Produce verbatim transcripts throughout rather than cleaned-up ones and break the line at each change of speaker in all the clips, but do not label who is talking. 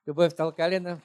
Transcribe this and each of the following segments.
Любовь Толкалина.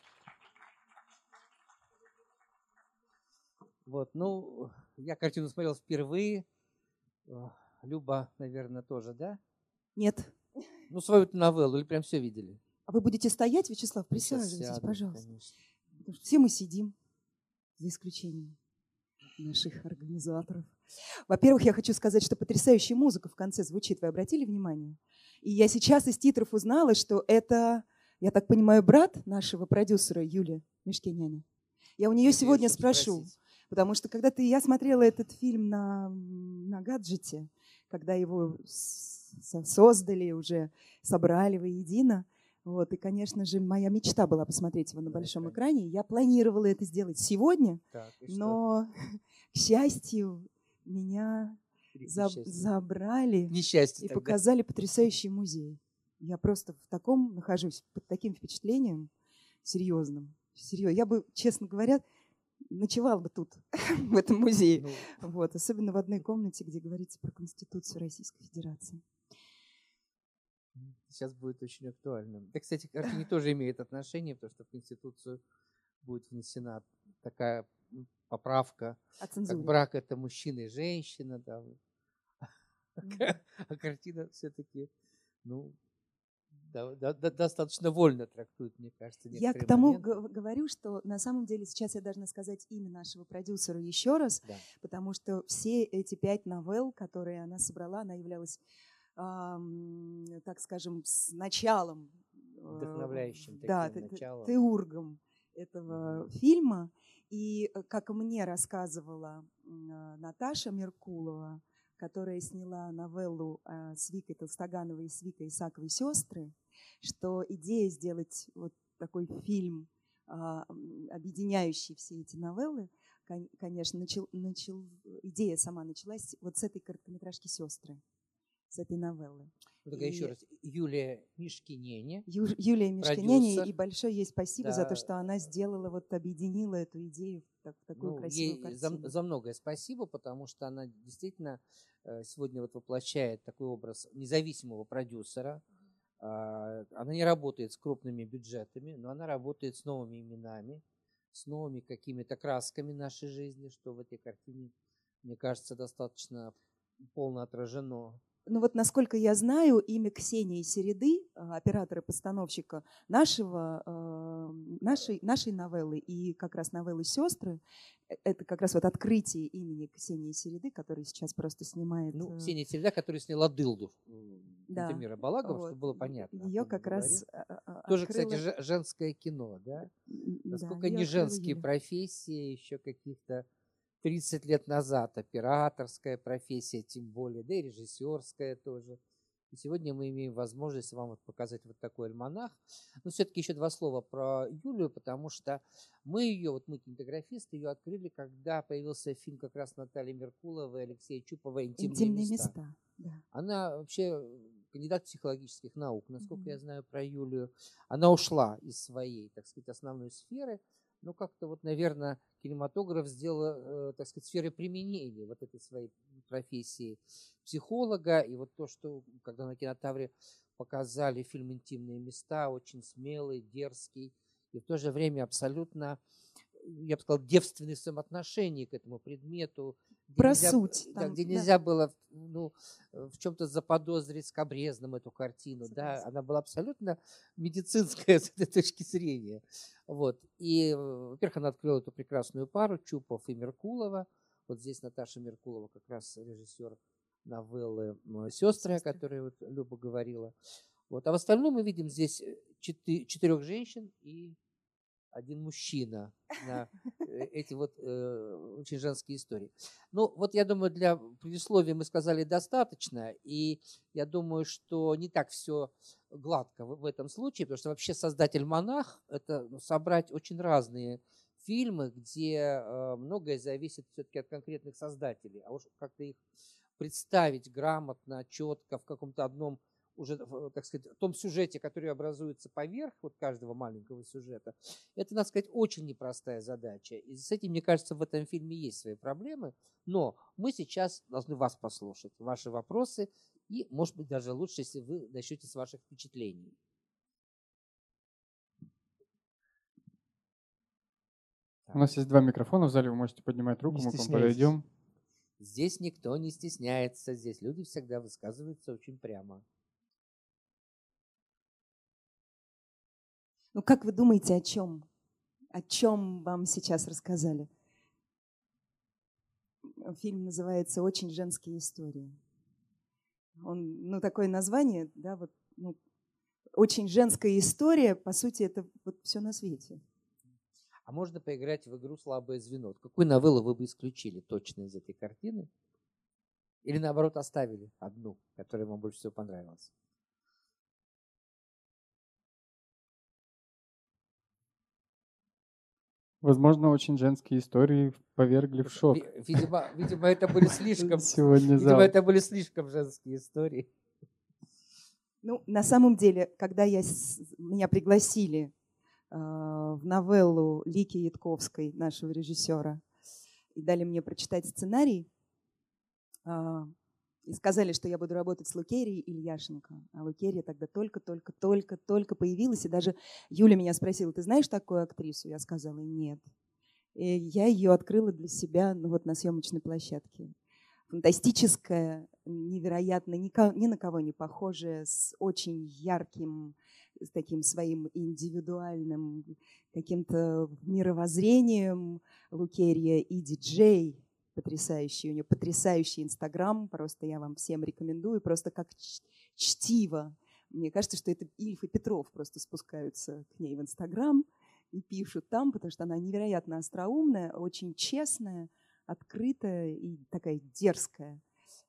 Вот, ну, я картину смотрел впервые. Люба, наверное, тоже, да?
Нет.
Ну, свою новеллу, или прям все видели?
А вы будете стоять, Вячеслав?
Сейчас
Присаживайтесь,
сяду,
пожалуйста.
конечно.
Потому что все мы сидим, за исключением наших организаторов. Во-первых, я хочу сказать, что потрясающая музыка в конце звучит. Вы обратили внимание? И я сейчас из титров узнала, что это, я так понимаю, брат нашего продюсера Юли Мишкиняна. Я у нее
Нет,
сегодня
её
спрошу,
спросить.
потому что когда-то я смотрела этот фильм на, на гаджете, когда его с- создали, уже собрали воедино. Вот, и, конечно же, моя мечта была посмотреть его на
На
большом
экране.
экране. Я планировала это сделать сегодня,
Так, и что?
но, к счастью, меня
Или к
за-
несчастью?
забрали
К несчастью
и
тогда.
показали потрясающий музей. Я просто в таком нахожусь, под таким впечатлением серьезным. Серьезно. Я бы, честно говоря, ночевала бы тут, в этом музее.
Ну,
Вот, особенно в одной комнате, где говорится про Конституцию Российской Федерации.
сейчас будет очень актуально. Да, кстати, к картине тоже имеет отношение, потому что в Конституцию будет внесена такая м, поправка,
О
как
цензуре.
брак – это мужчина и женщина, да.
Мгм.
А картина все-таки, ну, да- да- да- достаточно вольно трактует, мне кажется,
Я к
некоторые
тому
моменты.
г- говорю, что на самом деле сейчас я должна сказать имя нашего продюсера еще раз,
Да.
потому что все эти пять новелл, которые она собрала, она являлась, ам, так скажем, с началом, э,
Вдохновляющим
да,
таким
т- т-
началом.
теургом этого фильма. И, э, как мне рассказывала м, э, Наташа Меркулова, которая сняла новеллу э, с Викой Толстогановой и с Викой Исаковой «Сестры», что идея сделать вот такой фильм, а, м, объединяющий все эти новеллы, кон- конечно, начал, начал, идея сама началась вот с этой короткометражки «Сестры», с этой новеллы.
Ну, тогда еще
И
раз. Юлия Мишкинене,
Ю- Юлия Мишкиняне,
продюсер.
и большое ей спасибо за то,
Да,
что она сделала, вот объединила эту идею в, так- в такую
ну,
красивую
ей за,
картину.
за многое спасибо, потому что она действительно э, сегодня вот воплощает такой образ независимого продюсера. А, Она не работает с крупными бюджетами, но она работает с новыми именами, с новыми какими-то красками нашей жизни, что в этой картине, мне кажется, достаточно полно отражено.
Ну вот, насколько я знаю, имя Ксении Середы, а, оператора-постановщика нашего, а, нашей, нашей новеллы и как раз новеллы «Сестры», э, это как раз вот открытие имени Ксении Середы, который сейчас просто снимает.
Ну,
э,
Ксения Середа, которая сняла «Дылду»
Да,
Антимира Балагова,
вот.
чтобы было понятно, о
Ее
ком мы
как раз
говорим.
а, а,
Тоже, кстати,
открыла,
же- женское кино, да?
м, да,
Насколько
ее
не
открыла
женские
Юля.
профессии еще каких-то тридцать лет назад, операторская профессия тем более, да и режиссерская тоже. И сегодня мы имеем возможность вам вот показать вот такой альманах. Но все-таки еще два слова про Юлию, потому что мы ее, вот мы кинематографисты, ее открыли, когда появился фильм как раз Натальи Меркуловой и Алексея Чупова «Интимные,
Интимные
места».
места. Да.
Она вообще кандидат психологических наук, насколько
Мгм.
я знаю про Юлию. Она ушла из своей, так сказать, основной сферы, но как-то вот, наверное, кинематограф сделал, э, так сказать, сферы применения вот этой своей профессии психолога. И вот то, что когда на Кинотавре показали фильм «Интимные места», очень смелый, дерзкий и в то же время абсолютно, я бы сказал, девственные самоотношения к этому предмету, где
Про
нельзя,
суть.
да,
Там,
где
да,
нельзя было ну, в чем-то заподозрить скабрезным эту картину. Да?
согласна.
Она была абсолютно медицинская с этой точки зрения. Вот. И, э, во-первых, она открыла эту прекрасную пару Чупов и Меркулова. Вот здесь Наташа Меркулова, как раз режиссер новеллы «Сестры», о
Сестры.
которой вот Люба говорила. Вот. А в остальном мы видим здесь четы- четырех женщин и один мужчина на э, эти вот э, очень женские истории. Ну, вот я думаю, для предисловия мы сказали достаточно, и я думаю, что не так все гладко в, в этом случае, потому что вообще создатель-монах – это ну, собрать очень разные фильмы, где э, многое зависит все-таки от конкретных создателей, а уж как-то их представить грамотно, четко в каком-то одном уже, так сказать, в том сюжете, который образуется поверх вот каждого маленького сюжета, это, надо сказать, очень непростая задача. И с этим, мне кажется, в этом фильме есть свои проблемы. Но мы сейчас должны вас послушать, ваши вопросы, и, может быть, даже лучше, если вы начнете с ваших впечатлений.
У нас есть два микрофона в зале, вы можете поднимать руку,
Не
мы к вам
стесняйтесь.
подойдем.
Здесь никто не стесняется, здесь люди всегда высказываются очень прямо.
Ну, как вы думаете, о чем? О чем вам сейчас рассказали? Фильм называется «Очень женские истории». Он, ну, такое название, да, вот, ну, очень женская история, по сути, это вот все на свете.
А можно поиграть в игру «Слабое звено». Вот какую новеллу вы бы исключили точно из этой картины? Или наоборот оставили одну, которая вам больше всего понравилась?
Возможно, очень женские истории повергли в шок.
Ви- Видимо, видимо, это были слишком,
Сегодня
видимо,
зал.
это были слишком женские истории.
Ну, на самом деле, когда я, с- меня пригласили э, в новеллу Лики Ятковской, нашего режиссера, и дали мне прочитать сценарий, э, и сказали, что я буду работать с Лукерией Ильяшенко. А Лукерия тогда только-только-только-только появилась, и даже Юля меня спросила: ты знаешь такую актрису? Я сказала: нет. И я ее открыла для себя, ну, вот на съемочной площадке. Фантастическая, невероятно, ни, ко- ни на кого не похожая, с очень ярким, с таким своим индивидуальным каким-то мировоззрением Лукерия, и диджей потрясающий. У нее потрясающий Инстаграм, просто я вам всем рекомендую, просто как ч- чтиво. Мне кажется, что это Ильф и Петров просто спускаются к ней в Инстаграм и пишут там, потому что она невероятно остроумная, очень честная, открытая и такая дерзкая.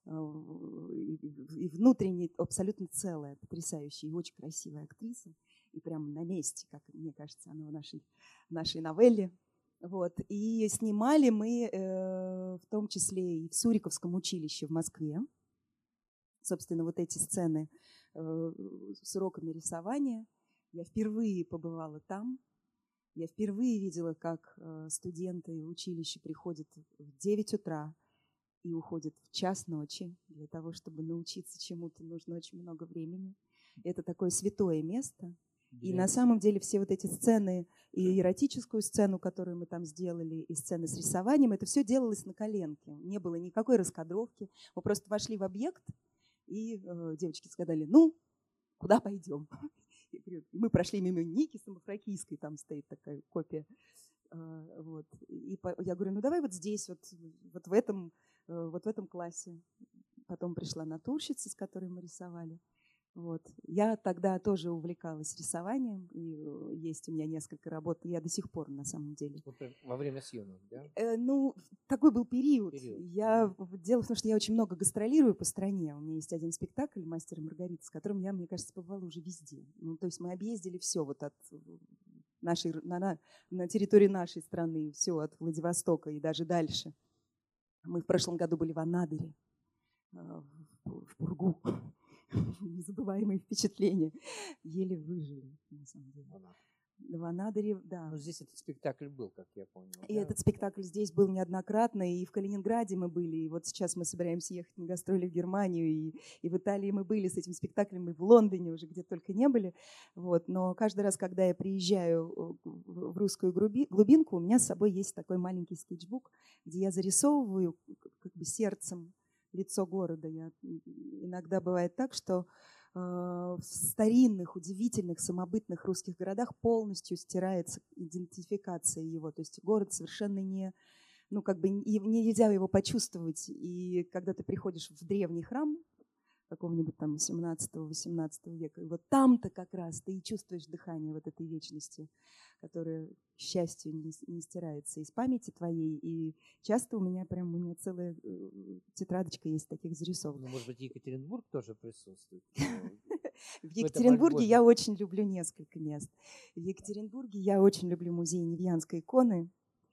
И внутренне абсолютно целая, потрясающая и очень красивая актриса. И прямо на месте, как мне кажется, она в нашей, в нашей новелле. Вот. И снимали мы э, в том числе и в Суриковском училище в Москве. Собственно, вот эти сцены э, с уроками рисования. Я впервые побывала там. Я впервые видела, как э, студенты училища приходят в девять утра и уходят в час ночи. Для того, чтобы научиться чему-то, нужно очень много времени. Это такое святое место. И на самом деле все вот эти сцены, и эротическую сцену, которую мы там сделали, и сцены с рисованием, это все делалось на коленке. Не было никакой раскадровки. Мы просто вошли в объект, и э, девочки сказали: ну, куда пойдем? Я говорю, мы прошли мимо Ники Самофракийской, там стоит такая копия. Э, вот. И по, я говорю: ну давай вот здесь, вот, вот, в этом, э, вот в этом классе. Потом пришла натурщица, с которой мы рисовали. Вот. Я тогда тоже увлекалась рисованием, и есть у меня несколько работ, я до сих пор на самом деле.
Вот во время съемок, да?
Э, ну, такой был период.
Период.
Я, дело в том, что я очень много гастролирую по стране. У меня есть один спектакль «Мастер и Маргарита», с которым я, мне кажется, побывала уже везде. Ну, то есть мы объездили все вот от нашей, на, на, на территории нашей страны, все от Владивостока и даже дальше. Мы в прошлом году были в Анадыре, в, в Пургу. Незабываемые впечатления. Еле выжили, на самом деле. В Анадыре, да.
Но здесь этот спектакль был, как я понял.
И
да?
этот спектакль здесь был неоднократно, и в Калининграде мы были, и вот сейчас мы собираемся ехать на гастроли в Германию, и, и в Италии мы были с этим спектаклем, и в Лондоне уже, где только не были. Вот. Но каждый раз, когда я приезжаю в русскую глубинку, у меня с собой есть такой маленький скетчбук, где я зарисовываю как бы сердцем лицо города. Я, иногда бывает так, что э, в старинных, удивительных, самобытных русских городах полностью стирается идентификация его. То есть город совершенно не, ну как бы не, нельзя его почувствовать. И когда ты приходишь в древний храм какого-нибудь там семнадцатого-восемнадцатого века, и вот там-то как раз ты и чувствуешь дыхание вот этой вечности, которая, к счастью, не, не стирается из памяти твоей. И часто у меня прям у меня целая э, тетрадочка есть таких зарисовок.
Ну, может быть, Екатеринбург тоже присутствует.
В Екатеринбурге я очень люблю несколько мест. В Екатеринбурге я очень люблю музей Невьянской иконы.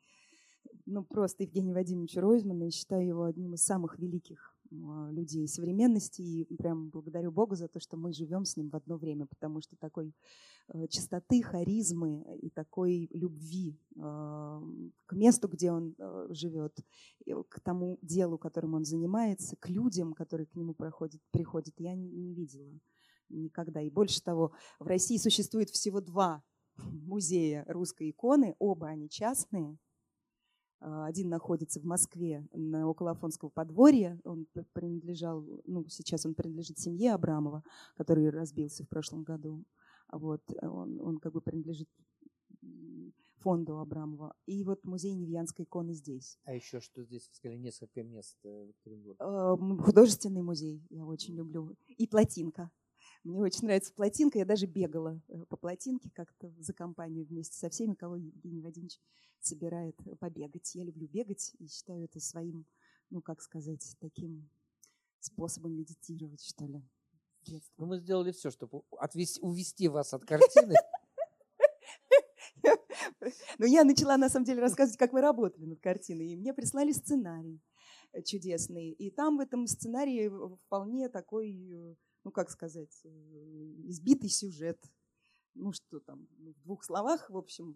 Ну, просто Евгения Вадимовича Ройзмана, я считаю его одним из самых великих людей современности, и прям благодарю Бога за то, что мы живем с ним в одно время, потому что такой э, чистоты, харизмы и такой любви э, к месту, где он э, живет, к тому делу, которым он занимается, к людям, которые к нему проходят, приходят, я не, не видела никогда. И больше того, в России существует всего два музея русской иконы, оба они частные. Один находится в Москве на около Афонского подворья. Он принадлежал, ну, сейчас он принадлежит семье Абрамова, который разбился в прошлом году. Вот, он, он как бы принадлежит фонду Абрамова. И вот музей Невьянской иконы здесь.
А еще что здесь, вы сказали, несколько мест в Екатеринбурге?
Художественный музей я очень люблю. И плотинка. Мне очень нравится плотинка. Я даже бегала по плотинке как-то за компанию вместе со всеми, кого Евгений Вадимович собирает побегать. Я люблю бегать и считаю это своим, ну, как сказать, таким способом медитировать, что ли.
Ну, мы сделали все, чтобы отвести, увести вас от картины.
Но я начала, на самом деле, рассказывать, как мы работали над картиной. И мне прислали сценарий чудесный. И там в этом сценарии вполне такой, ну, как сказать, избитый сюжет. Ну, что там, в двух словах, в общем,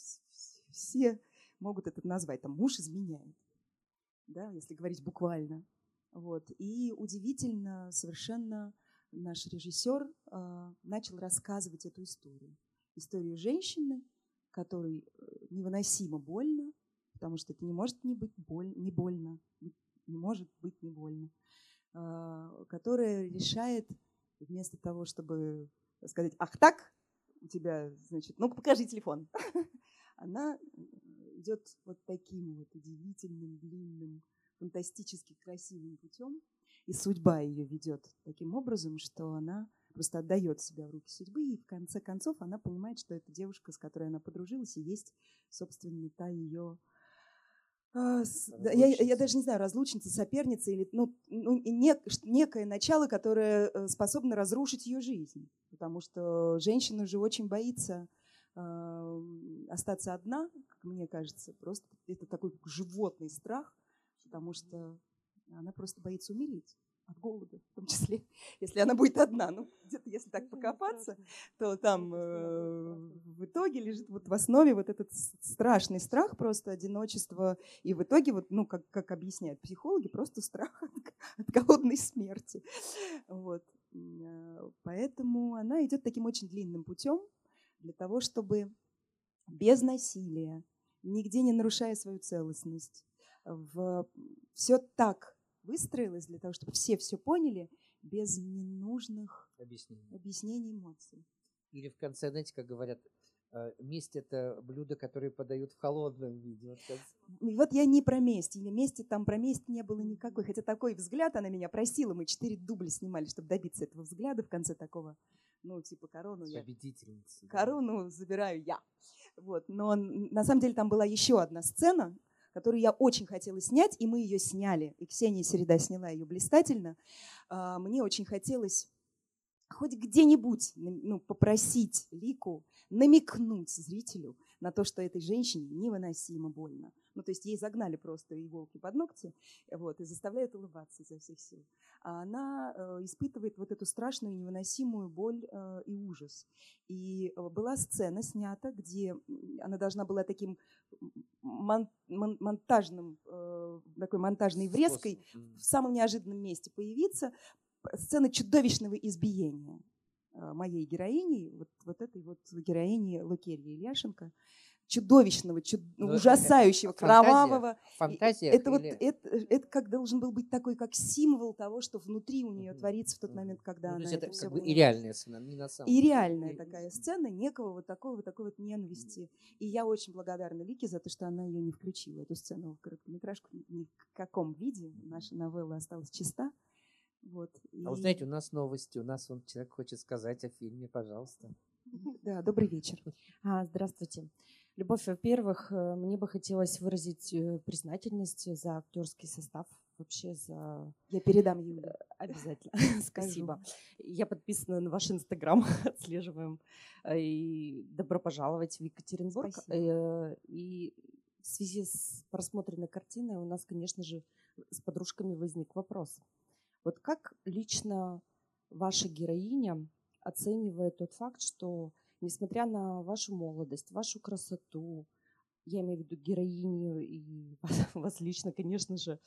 все могут это назвать. Там муж изменяет, да, если говорить буквально. Вот. И удивительно совершенно наш режиссер э, начал рассказывать эту историю. Историю женщины, которой невыносимо больно, потому что это не может не быть боль, не больно, не может быть не больно, э, которая решает вместо того, чтобы сказать «ах так, у тебя, значит, ну покажи телефон», она идет вот таким вот удивительным, длинным, фантастически красивым путем, и судьба ее ведет таким образом, что она просто отдает себя в руки судьбы, и в конце концов она понимает, что эта девушка, с которой она подружилась, и есть, собственно, та ее... Я, я даже не знаю, разлучница, соперница, или ну, ну, нек, некое начало, которое способно разрушить ее жизнь. Потому что женщина же очень боится э, остаться одна, как мне кажется. Просто это такой животный страх, потому что она просто боится умереть от голода, в том числе, если она будет одна. Ну, где-то, если так покопаться, то там э, в итоге лежит вот в основе вот этот страшный страх просто одиночества. И в итоге, вот, ну, как, как объясняют психологи, просто страх от, от голодной смерти. Вот. Поэтому она идет таким очень длинным путем для того, чтобы без насилия, нигде не нарушая свою целостность, в... все так выстроилось для того, чтобы все все поняли без ненужных
объяснений,
объяснений эмоций.
Или в конце, знаете, как говорят, месть – это блюдо, которое подают в холодном виде. Вот,
И вот я не про месть. И мести там про месть не было никакой. Хотя такой взгляд она меня просила. Мы четыре дубля снимали, чтобы добиться этого взгляда в конце такого, ну, типа корону я...
Победительница.
Корону да. забираю я. Вот. Но на самом деле там была еще одна сцена, которую я очень хотела снять, и мы ее сняли. И Ксения Середа сняла ее блистательно. Мне очень хотелось хоть где-нибудь ну, попросить Лику намекнуть зрителю на то, что этой женщине невыносимо больно. Ну, то есть ей загнали просто иголки под ногти, вот, и заставляют улыбаться изо всех сил. А она э, испытывает вот эту страшную невыносимую боль э, и ужас. И была сцена снята, где она должна была таким мон, мон, монтажным, э, такой монтажной врезкой в самом неожиданном месте появиться. Сцена чудовищного избиения моей героини, вот, вот этой вот героини Лукерьи Ильяшенко, чудовищного, чуд... ужасающего,
это
кровавого.
Фантазия.
Это, вот, это, это как должен был быть такой, как символ того, что внутри у нее угу. творится в тот момент, когда
ну,
она
то есть
это,
это
все
как бы
понимает.
И реальная сцена, не на самом
И
деле.
реальная такая сцена некого вот такого вот такой вот ненависти. И я очень благодарна Лике за то, что она ее не включила, эту сцену в короткометражку ни в каком виде. Наша новелла осталась чиста. Вот. И...
А вы знаете, у нас новости, у нас он человек хочет сказать о фильме, пожалуйста.
Да, добрый вечер.
А, здравствуйте. Любовь, во-первых, мне бы хотелось выразить признательность за актерский состав, вообще за...
Я передам Юле.
Обязательно. Спасибо. Я подписана на ваш Инстаграм, отслеживаем. И добро пожаловать в Екатеринбург.
Спасибо.
И в связи с просмотренной картиной у нас, конечно же, с подружками возник вопрос. Вот как лично ваша героиня оценивает тот факт, что, несмотря на вашу молодость, вашу красоту, я имею в виду героиню и вас лично, конечно же,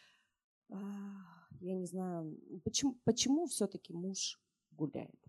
я не знаю, почему, почему все-таки муж гуляет?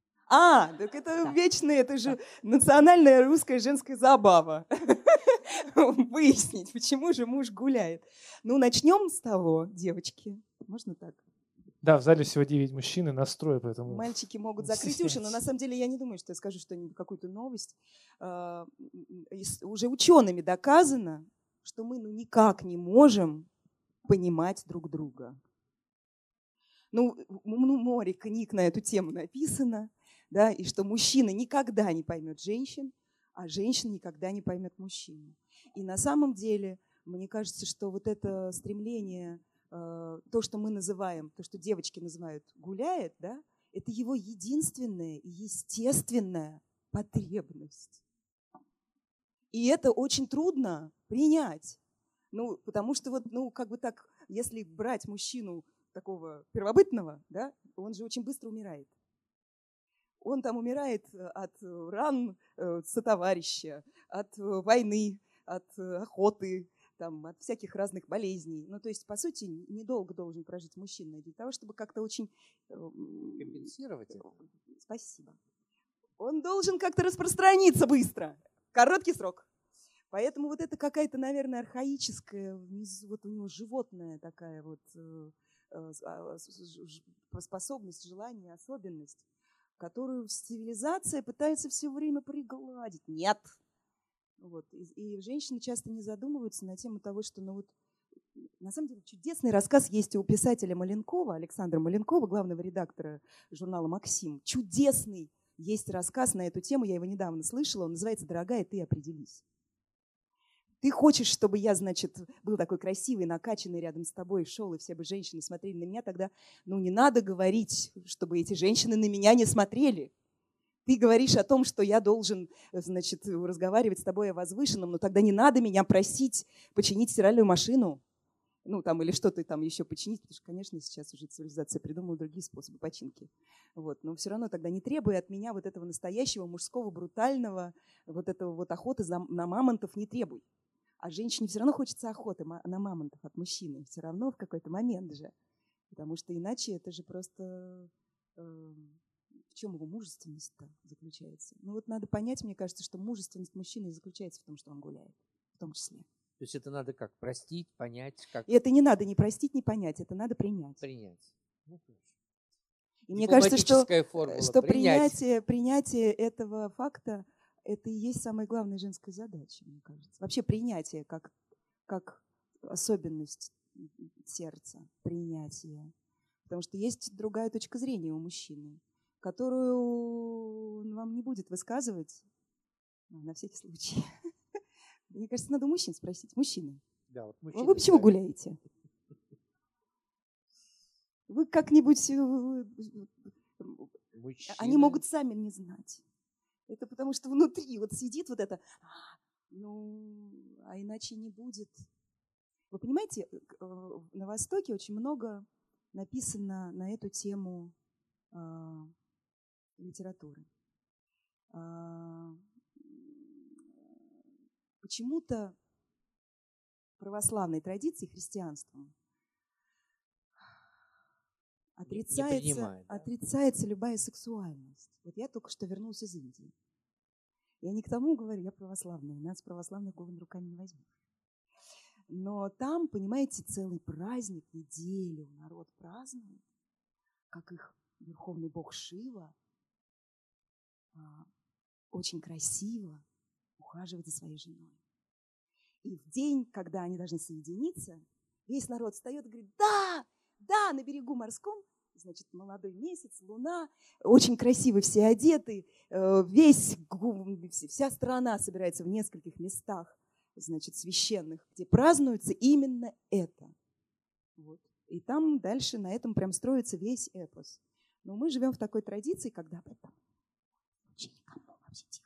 А, так это да. вечная, это же да. национальная русская женская забава. выяснить, почему же муж гуляет. Ну, начнем с того, девочки. Можно так?
Да, в зале всего девять мужчин и настрой, поэтому...
Мальчики могут закрыть уши, но на самом деле я не думаю, что я скажу что-нибудь, какую-то новость. А, уже учеными доказано, что мы ну, никак не можем понимать друг друга. Ну, море книг на эту тему написано, да, и что мужчина никогда не поймет женщин, а женщина никогда не поймет мужчину. И на самом деле, мне кажется, что вот это стремление, то, что мы называем, то, что девочки называют гуляет, да, это его единственная и естественная потребность. И это очень трудно принять. Ну, потому что вот, ну, как бы так, если брать мужчину такого первобытного, да, он же очень быстро умирает. Он там умирает от ран сотоварища, от войны, от охоты, там, от всяких разных болезней. Ну, то есть, по сути, недолго должен прожить мужчина для того, чтобы как-то очень...
Компенсировать это.
Спасибо. Он должен как-то распространиться быстро. Короткий срок. Поэтому вот это какая-то, наверное, архаическая, внизу, вот у него животная такая вот способность, желание, особенность, которую цивилизация пытается все время пригладить. Нет. Вот. И, и женщины часто не задумываются на тему того, что, ну вот, на самом деле, чудесный рассказ есть у писателя Маленкова, Александра Маленкова, главного редактора журнала «Максим». Чудесный есть рассказ на эту тему, я его недавно слышала, он называется «Дорогая, ты определись». Ты хочешь, чтобы я, значит, был такой красивый, накачанный рядом с тобой, шел, и все бы женщины смотрели на меня, тогда, ну, не надо говорить, чтобы эти женщины на меня не смотрели. Ты говоришь о том, что я должен, значит, разговаривать с тобой о возвышенном, но тогда не надо меня просить починить стиральную машину, ну, там, или что-то там еще починить, потому что, конечно, сейчас уже цивилизация придумала другие способы починки. Вот. Но все равно тогда не требуя от меня вот этого настоящего мужского, брутального, вот этого вот охоты за, на мамонтов не требуй. А женщине все равно хочется охоты на мамонтов от мужчины. Все равно в какой-то момент же. Потому что иначе это же просто... Э, в чем его мужественность-то заключается? Ну вот надо понять, мне кажется, что мужественность мужчины заключается в том, что он гуляет. В том числе.
То есть это надо как? Простить, понять? Как...
И это не надо ни простить, ни понять. Это надо принять.
Принять. Ну,
и мне кажется, что,
формула,
что
принять.
принятие, принятие этого факта это и есть самая главная женская задача, мне кажется. Вообще принятие как, как особенность сердца, принятие. Потому что есть другая точка зрения у мужчины, которую он вам не будет высказывать, ну, на всякий случай. Мне кажется, надо у мужчин спросить. Мужчины,
да, вот
мужчины вы почему да. гуляете? Вы как-нибудь... Мужчины. Они могут сами не знать. Это потому что внутри вот сидит вот это, ну, а иначе не будет. Вы понимаете, на Востоке очень много написано на эту тему э, литературы. Э, почему-то православной традиции, христианством, отрицается, да? отрицается любая сексуальность. Вот я только что вернулась из Индии. Я не к тому говорю, я православная, нас православных голыми руками не возьмешь. Но там, понимаете, целый праздник, неделю народ празднует, как их верховный бог Шива очень красиво ухаживает за своей женой. И в день, когда они должны соединиться, весь народ встает и говорит, да, да, на берегу морском, значит, молодой месяц, луна, очень красиво все одеты, весь, вся страна собирается в нескольких местах, значит, священных, где празднуется именно это. Вот. И там дальше на этом прям строится весь эпос. Но мы живем в такой традиции, когда об этом вообще никому, вообще тихо.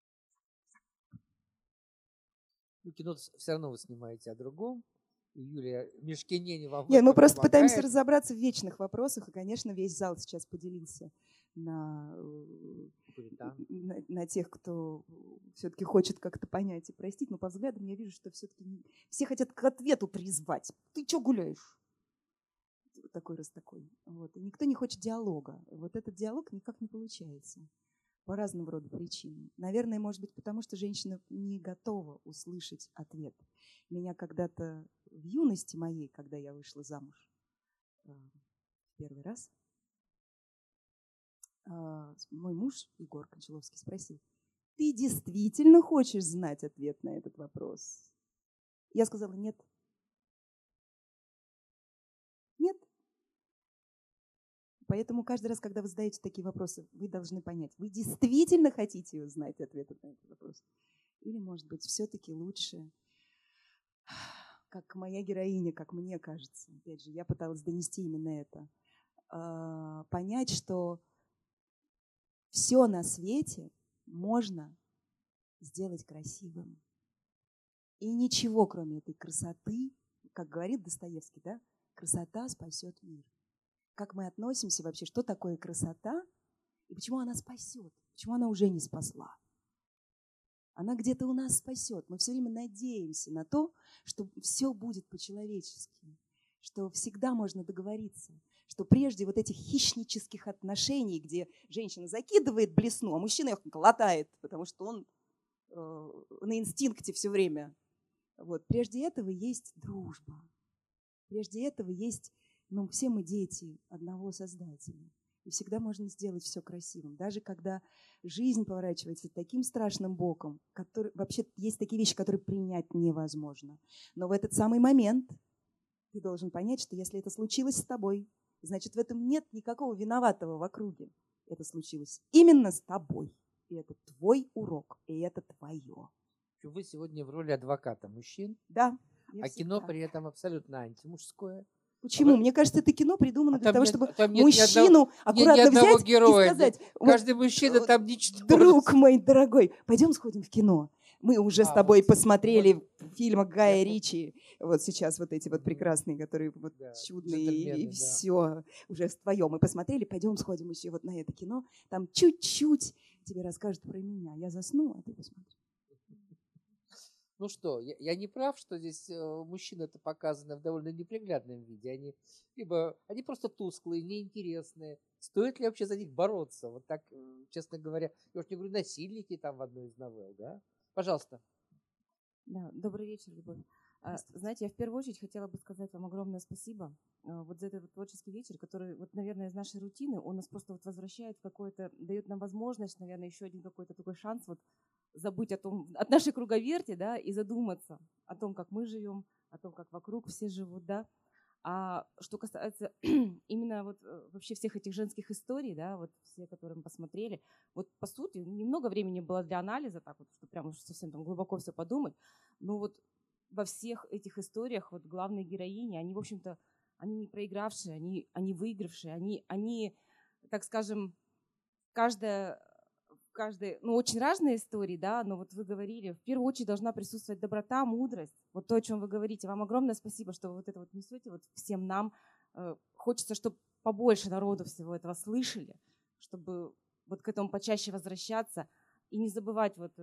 Ну, кино все равно вы снимаете о другом. И Юлия Мишкинени вам
Нет, мы просто
помогает.
пытаемся разобраться в вечных вопросах, и, конечно, весь зал сейчас поделился на, на, на тех, кто все-таки хочет как-то понять и простить, но по взглядам я вижу, что все-таки не... все хотят к ответу призвать. Ты что гуляешь? Такой раз такой. Вот. И никто не хочет диалога. Вот этот диалог никак не получается. по разного рода причинам. Наверное, может быть, потому что женщина не готова услышать ответ. Меня когда-то в юности моей, когда я вышла замуж в первый раз, мой муж Егор Кончаловский спросил: ты действительно хочешь знать ответ на этот вопрос? Я сказала: нет. Нет. Поэтому каждый раз, когда вы задаете такие вопросы, вы должны понять, вы действительно хотите узнать ответ на этот вопрос? Или, может быть, все-таки лучше, как моя героиня, как мне кажется, опять же, я пыталась донести именно это, понять, что все на свете можно сделать красивым. И ничего, кроме этой красоты, как говорит Достоевский, да, красота спасет мир. Как мы относимся вообще, что такое красота и почему она спасет, почему она уже не спасла. Она где-то у нас спасет. Мы все время надеемся на то, что все будет по-человечески, что всегда можно договориться, что прежде вот этих хищнических отношений, где женщина закидывает блесну, а мужчина ее латает, потому что он э, на инстинкте все время. Вот. Прежде этого есть дружба. Прежде этого есть, ну, все мы дети одного Создателя. И всегда можно сделать все красивым. Даже когда жизнь поворачивается таким страшным боком, который, вообще есть такие вещи, которые принять невозможно. Но в этот самый момент ты должен понять, что если это случилось с тобой, значит, в этом нет никакого виноватого в округе. Это случилось именно с тобой. И это твой урок, и это твое.
Вы сегодня в роли адвоката мужчин,
да,
а кино всегда. При этом абсолютно антимужское.
Почему?
А
Мне кажется, это кино придумано
а
для того,
нет,
чтобы
одного,
мужчину аккуратно взять
героя.
и сказать:
каждый
вот,
мужчина там ничтожен.
Друг мой дорогой, пойдем сходим в кино. Мы уже а, с тобой вот, посмотрели вот, в фильмах Гая я Ричи, вот сейчас вот эти вот прекрасные, которые вот да, чудные, и да. Все уже вдвоем мы посмотрели, пойдем сходим еще вот на это кино, там чуть-чуть тебе расскажут про меня. Я засну, а ты посмотри.
Ну что, я, я не прав, что здесь э, мужчины-то показаны в довольно неприглядном виде. Они либо они просто тусклые, неинтересные. Стоит ли вообще за них бороться? Вот так, честно говоря, я уж не говорю, насильники там в одной из новелл, да? Пожалуйста.
Да, добрый вечер, Любовь. А, знаете, я в первую очередь хотела бы сказать вам огромное спасибо а, вот за этот вот творческий вечер, который, вот, наверное, из нашей рутины, он нас просто вот возвращает в какое-то, дает нам возможность, наверное, еще один какой-то такой шанс вот забыть о том, от нашей круговерти, да, и задуматься о том, как мы живем, о том, как вокруг все живут, да. А что касается именно вот вообще всех этих женских историй, да, вот все, которые мы посмотрели, вот по сути немного времени было для анализа, так вот, что прям совсем там глубоко все подумать, но вот во всех этих историях вот главные героини, они, в общем-то, они не проигравшие, они, они выигравшие, они, они, так скажем, каждая каждой, ну, очень разные истории, да, но вот вы говорили, в первую очередь должна присутствовать доброта, мудрость, вот то, о чем вы говорите. Вам огромное спасибо, что вы вот это вот несете вот всем нам. Хочется, чтобы побольше народу всего этого слышали, чтобы вот к этому почаще возвращаться и не забывать вот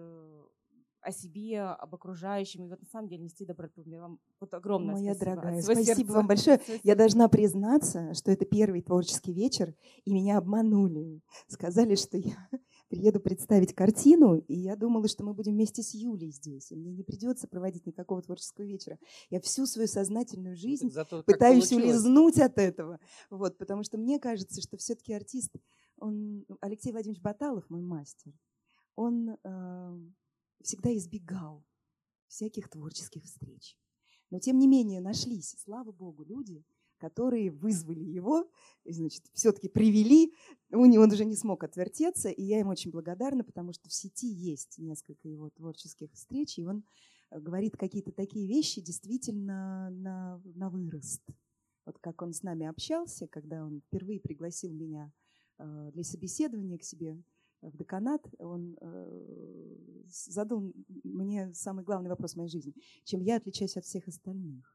о себе, об окружающем, и вот на самом деле нести доброту. Мне вам вот огромное
Моя
спасибо.
дорогая, спасибо сердца. Вам большое. Я должна признаться, что это первый творческий вечер, и меня обманули. Сказали, что я приеду представить картину, и я думала, что мы будем вместе с Юлей здесь, и мне не придется проводить никакого творческого вечера. Я всю свою сознательную жизнь Зато пытаюсь улизнуть от этого, вот, потому что мне кажется, что все-таки артист, он, Алексей Владимирович Баталов, мой мастер, он э, всегда избегал всяких творческих встреч. Но тем не менее нашлись, слава богу, люди, которые вызвали его, значит, все-таки привели, он уже не смог отвертеться, и я ему очень благодарна, потому что в сети есть несколько его творческих встреч, и он говорит какие-то такие вещи действительно на, на вырост. Вот как он с нами общался, когда он впервые пригласил меня для собеседования к себе в деканат, он задал мне самый главный вопрос в моей жизни: чем я отличаюсь от всех остальных?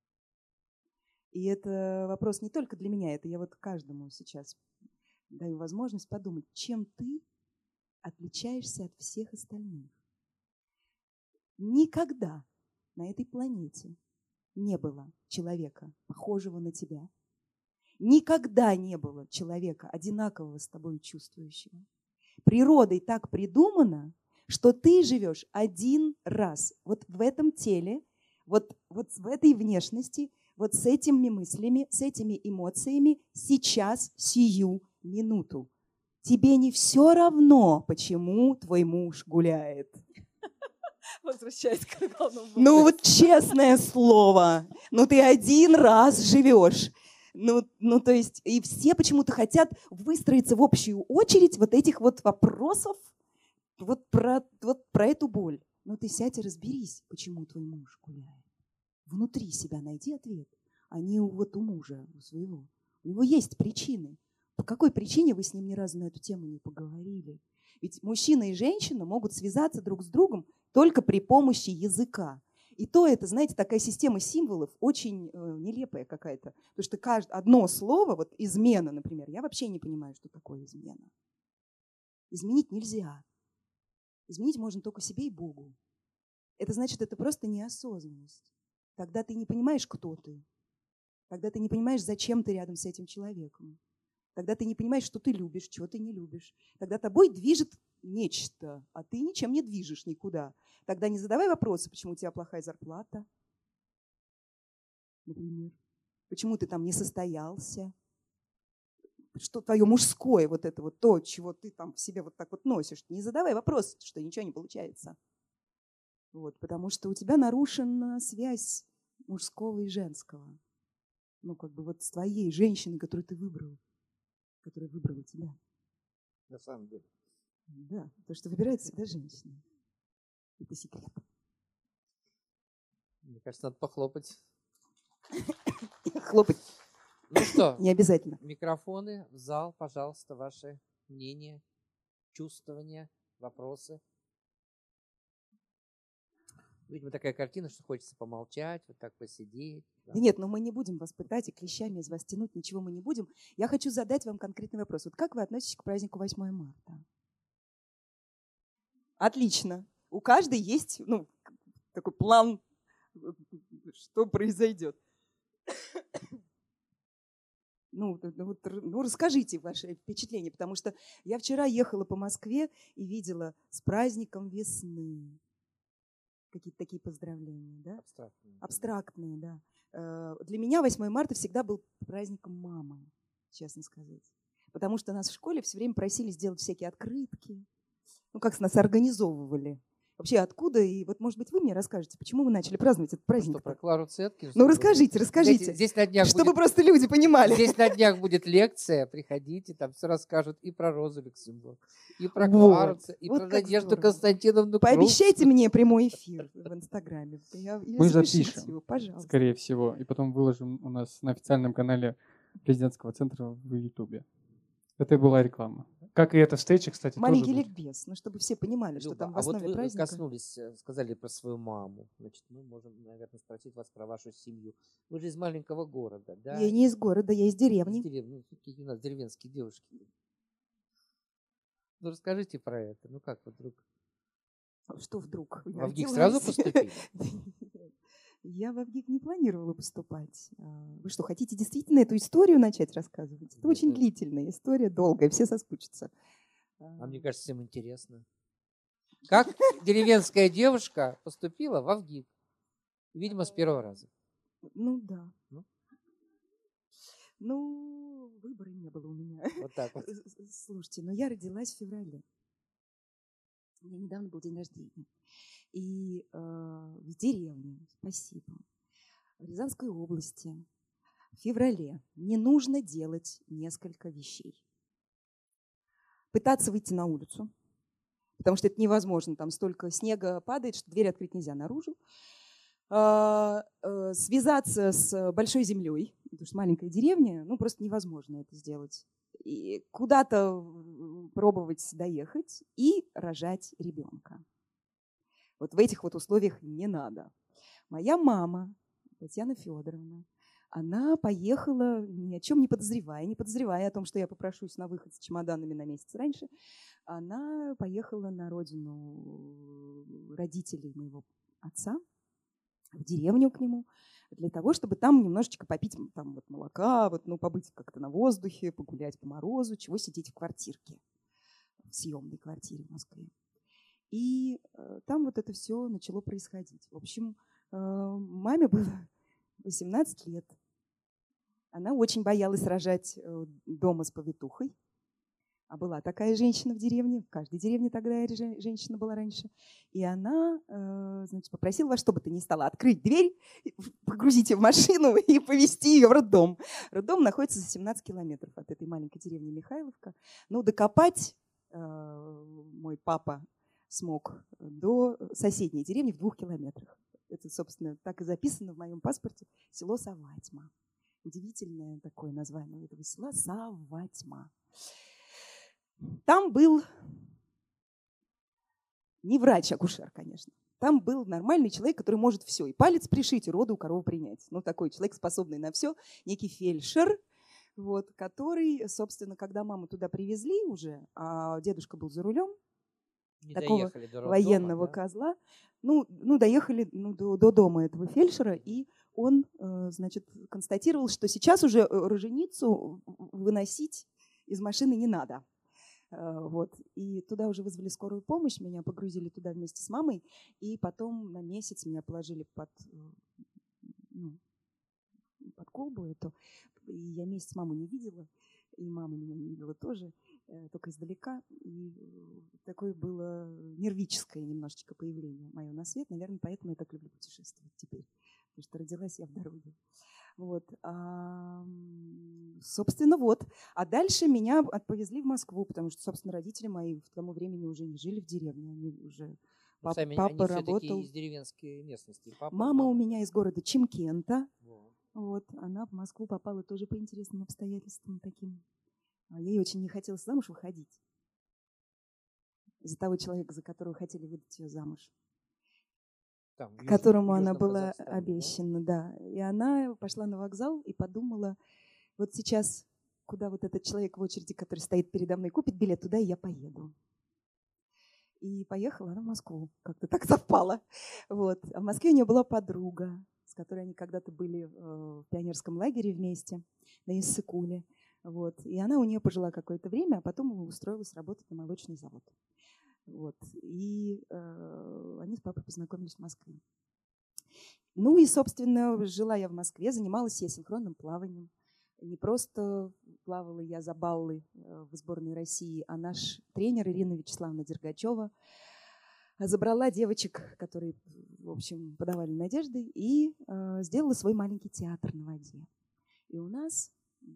И это вопрос не только для меня, это я вот каждому сейчас даю возможность подумать, чем ты отличаешься от всех остальных. Никогда на этой планете не было человека, похожего на тебя. Никогда не было человека, одинакового с тобой чувствующего. природой так придумано, что ты живешь один раз вот в этом теле, вот, вот в этой внешности, вот с этими мыслями, с этими эмоциями сейчас, сию минуту. Тебе не все равно, почему твой муж гуляет.
Возвращаясь к главному.
Ну вот честное слово, ну ты один раз живешь. Ну, ну то есть и все почему-то хотят выстроиться в общую очередь вот этих вот вопросов вот про, вот про эту боль. Ну ты сядь и разберись, почему твой муж гуляет. Внутри себя найди ответ, а не у, вот у мужа, у своего. У него есть причины. По какой причине вы с ним ни разу на эту тему не поговорили? Ведь мужчина и женщина могут связаться друг с другом только при помощи языка. И то это, знаете, такая система символов очень э, нелепая какая-то. Потому что каждое, одно слово, вот измена, например, я вообще не понимаю, что такое измена. Изменить нельзя. Изменить можно только себе и Богу. Это значит, это просто неосознанность. Тогда ты не понимаешь, кто ты. Тогда ты не понимаешь, зачем ты рядом с этим человеком. Тогда ты не понимаешь, что ты любишь, чего ты не любишь. Тогда тобой движет нечто, а ты ничем не движешь никуда. Тогда не задавай вопросы, почему у тебя плохая зарплата, например. Почему ты там не состоялся. Что твое мужское, вот это вот то, чего ты там в себе вот так вот носишь. Не задавай вопросы, что ничего не получается. Вот, потому что у тебя нарушена связь мужского и женского. Ну, как бы вот с твоей женщиной, которую ты выбрал. Которая выбрала тебя.
На самом деле.
Да, то, что выбирает всегда женщина. Это секрет.
Мне кажется, надо похлопать.
Хлопать.
Ну что,
не обязательно.
Микрофоны в зал, пожалуйста, ваше мнение, чувствования, вопросы. Видимо, такая картина, что хочется помолчать, вот так посидеть. Да.
Да нет, но мы не будем вас пытать и клещами из вас тянуть, ничего мы не будем. Я хочу задать вам конкретный вопрос. Вот как вы относитесь к празднику восьмое марта? Отлично. У каждой есть, ну, такой план, что произойдет. Ну, вот, ну, расскажите ваши впечатления, потому что я вчера ехала по Москве и видела с праздником весны. Какие-то такие поздравления, да?
Абстрактные.
Абстрактные, да. Для меня восьмое марта всегда был праздником мамы, честно сказать. Потому что нас в школе все время просили сделать всякие открытки. Ну, как нас организовывали. Вообще откуда? И вот, может быть, вы мне расскажете, почему вы начали праздновать этот праздник?
Ну, что, про Клару Цеткин?
Ну, расскажите, расскажите.
Здесь, здесь на днях
чтобы
будет,
просто люди понимали.
Здесь на днях будет лекция, приходите, там все расскажут и про Розу Люксембург, и про
вот,
Клару, и
вот
про Надежду
здорово.
Константиновну
Пообещайте
Крупскую.
мне прямой эфир в Инстаграме. Я, я
Мы
запишите
запишем,
его, пожалуйста.
скорее всего, и потом выложим у нас на официальном канале президентского центра в Ютубе. Это и была реклама.
Как и эта встреча, кстати,
Маленький
тоже будет.
ликбез, ну, чтобы все понимали, что
Люба,
там в
а вот
основе
вы
праздника.
коснулись, сказали про свою маму. Значит, мы можем, наверное, спросить вас про вашу семью. Вы же из маленького города, да?
Я не из города, я из деревни.
Из деревни. Ну, какие у нас деревенские девушки. Ну, расскажите про это. Ну, как вы вдруг?
Что вдруг?
В
Я
АВГИК
родилась.
сразу поступили?
Я в АВГИК не планировала поступать. Вы что, хотите действительно эту историю начать рассказывать? Это
Нет,
очень
ну-
длительная история, долгая, все соскучатся.
А мне кажется, всем интересно. Как деревенская девушка поступила в АВГИК? Видимо, с первого раза.
Ну да.
Ну?
Ну, выбора не было у меня.
Вот так вот.
Слушайте, но я родилась в феврале. У меня недавно был день рождения. И э, в деревне, спасибо, в Рязанской области в феврале не нужно делать несколько вещей. Пытаться выйти на улицу, потому что это невозможно. Там столько снега падает, что дверь открыть нельзя наружу. Э, э, связаться с большой землей, потому что маленькая деревня, ну просто невозможно это сделать. И куда-то пробовать доехать и рожать ребенка. Вот в этих вот условиях не надо. Моя мама, Татьяна Федоровна, она поехала, ни о чем не подозревая, не подозревая о том, что я попрошусь на выход с чемоданами на месяц раньше, она поехала на родину родителей моего отца, в деревню к нему, для того, чтобы там немножечко попить там, вот, молока, вот, ну, побыть как-то на воздухе, погулять по морозу, чего сидеть в квартирке. В в съемной квартире в Москве. И там вот это все начало происходить. В общем, маме было восемнадцать лет. Она очень боялась рожать дома с повитухой. А была такая женщина в деревне, в каждой деревне тогда женщина была раньше. И она, значит, попросила во что бы то ни стало открыть дверь, погрузить ее в машину и повезти ее в роддом. Роддом находится за семнадцать километров от этой маленькой деревни Михайловка. Ну, докопать мой папа смог до соседней деревни в двух километрах. Это, собственно, так и записано в моем паспорте. Село Саватьма. Удивительное такое название этого села — Саватьма. Там был не врач-акушер, конечно. Там был нормальный человек, который может все. И палец пришить, и роду у коровы принять. Ну, такой человек, способный на все. Некий фельдшер, вот, который, собственно, когда маму туда привезли уже, а дедушка был за рулем,
Не
такого
доехали до роддома,
военного
да?
козла, ну, ну доехали ну, до, до дома этого фельдшера, и он, э, значит, констатировал, что сейчас уже роженицу выносить из машины не надо. Вот. И туда уже вызвали скорую помощь, меня погрузили туда вместе с мамой, и потом на месяц меня положили под, ну, под колбу эту. И я месяц маму не видела, и мама меня не видела тоже, только издалека. И такое было нервическое немножечко появление мое на свет. Наверное, поэтому я так люблю путешествовать теперь, потому что родилась я в дороге. Вот. А, собственно, вот. А дальше меня повезли в Москву, потому что, собственно, родители мои к тому времени уже не жили в деревне. Они уже...
Ну,
Пап,
сами
папа
они
работал.
все-таки из деревенской местности. Папа,
мама,
мама
у меня из города Чимкента.
Вот.
Вот. Она в Москву попала тоже по интересным обстоятельствам таким. Ей очень не хотелось замуж выходить за того человека, за которого хотели выдать ее замуж.
Там, в южном-
Которому
в
она
Южном
была
Казахстане, да?
обещана, да. И она пошла на вокзал и подумала, вот сейчас, куда вот этот человек в очереди, который стоит передо мной, купит билет, туда и я поеду. И поехала она в Москву. Как-то так совпало. Вот. А в Москве у нее была подруга, с которой они когда-то были в пионерском лагере вместе, на Иссык-Куле. Вот. И она у нее пожила какое-то время, а потом устроилась работать на молочный завод. Вот. И э, они с папой познакомились в Москве. Ну и, собственно, жила я в Москве, занималась я синхронным плаванием. Не просто плавала я за баллы в сборной России, а наш тренер Ирина Вячеславовна Дергачева забрала девочек, которые, в общем, подавали надежды, и э, сделала свой маленький театр на воде. И у нас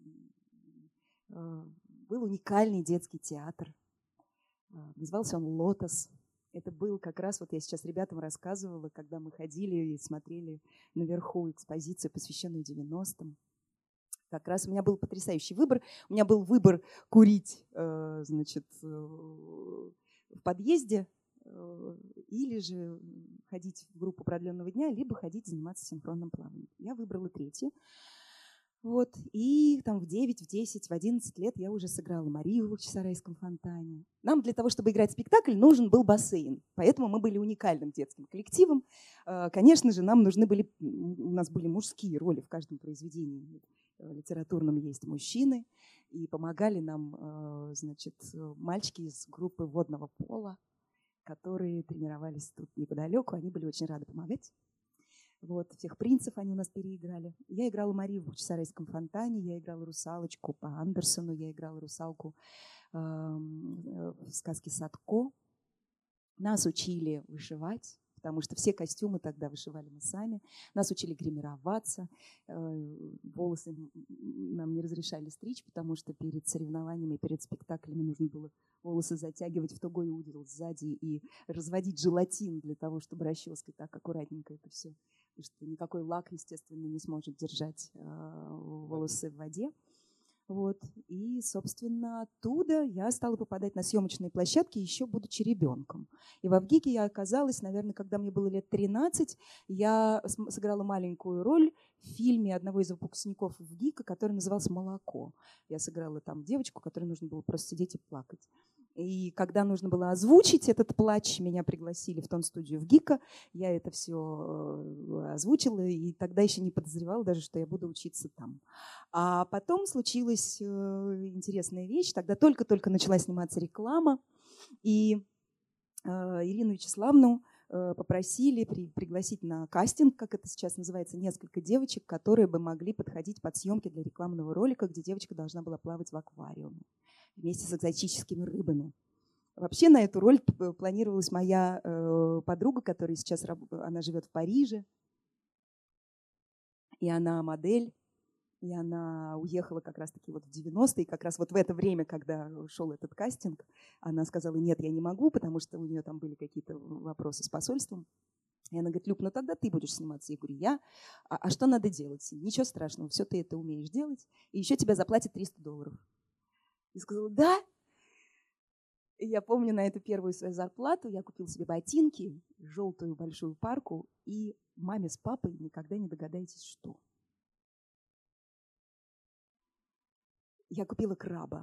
э, был уникальный детский театр. Назывался он «Лотос». Это был как раз, вот я сейчас ребятам рассказывала, когда мы ходили и смотрели наверху экспозицию, посвященную девяностым. Как раз у меня был потрясающий выбор. У меня был выбор курить, значит, в подъезде или же ходить в группу продленного дня, либо ходить заниматься синхронным плаванием. Я выбрала третье. Вот. И там в девять, в десять, в одиннадцать лет я уже сыграла Марию в Бахчисарайском фонтане. Нам для того, чтобы играть спектакль, нужен был бассейн. Поэтому мы были уникальным детским коллективом. Конечно же, нам нужны были, у нас были мужские роли в каждом произведении. Литературном есть мужчины. И помогали нам, значит, мальчики из группы водного пола, которые тренировались тут неподалеку. Они были очень рады помогать. Вот, всех принцев они у нас переиграли. Я играла Марию в Бахчисарайском фонтане, я играла русалочку по Андерсону, я играла русалку э, в сказке «Садко». Нас учили вышивать, потому что все костюмы тогда вышивали мы сами. Нас учили гримироваться. Э, волосы нам не разрешали стричь, потому что перед соревнованиями, перед спектаклями нужно было волосы затягивать в тугой узел сзади и разводить желатин для того, чтобы расческой так аккуратненько это все. Потому что никакой лак, естественно, не сможет держать э, волосы в воде. Вот. И, собственно, оттуда я стала попадать на съемочные площадки, еще будучи ребенком. И в ВГИКе я оказалась, наверное, когда мне было лет тринадцать, я сыграла маленькую роль в фильме одного из выпускников ВГИКа, который назывался «Молоко». Я сыграла там девочку, которой нужно было просто сидеть и плакать. И когда нужно было озвучить этот плач, меня пригласили в тон-студию ВГИКа, я это все озвучила, и тогда еще не подозревала даже, что я буду учиться там. А потом случилась интересная вещь, тогда только-только начала сниматься реклама, И э, Ирину Вячеславовну э, попросили при, пригласить на кастинг, как это сейчас называется, несколько девочек, которые бы могли подходить под съемки для рекламного ролика, где девочка должна была плавать в аквариуме вместе с экзотическими рыбами. Вообще на эту роль планировалась моя э, подруга, которая сейчас она живет в Париже, и она модель. И она уехала как раз-таки вот в девяностые, и как раз вот в это время, когда шел этот кастинг, она сказала: нет, я не могу, потому что у нее там были какие-то вопросы с посольством. И она говорит: Люб, ну тогда ты будешь сниматься. Я говорю: я? А, а что надо делать? Ничего страшного, все ты это умеешь делать, и еще тебя заплатят триста долларов. Я сказала: да. И я помню, на эту первую свою зарплату я купила себе ботинки, желтую большую парку, и маме с папой никогда не догадаетесь, что. Я купила краба.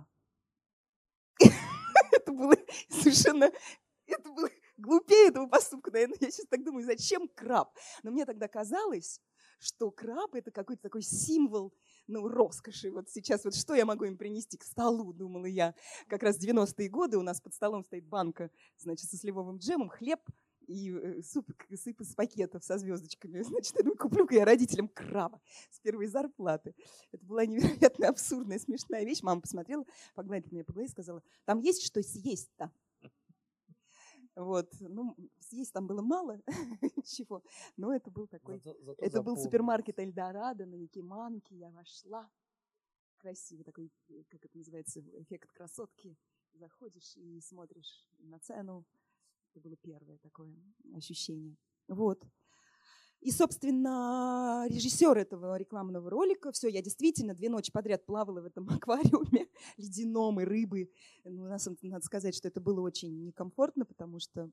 Это было совершенно... Это было глупее этого поступка, наверное. Я сейчас так думаю, зачем краб? Но мне тогда казалось, что краб – это какой-то такой символ, ну, роскоши. Вот сейчас вот что я могу им принести к столу, думала я. Как раз в девяностые годы у нас под столом стоит банка, значит, со сливовым джемом, хлеб и суп сып из пакетов со звездочками. Значит, я думаю, куплю-ка я родителям краба с первой зарплаты. Это была невероятно абсурдная, смешная вещь. Мама посмотрела, погладила меня по голове и сказала: там есть что съесть-то? Вот, ну, съесть там было мало чего, но это был такой, зато, зато это был супермаркет Эльдорадо на Якиманке. Я вошла, красивый такой, как это называется, эффект красотки. Заходишь и смотришь на цену. Это было первое такое ощущение. Вот. И, собственно, режиссер этого рекламного ролика, все, я действительно две ночи подряд плавала в этом аквариуме ледяном и рыбы. Ну, у нас, надо сказать, что это было очень некомфортно, потому что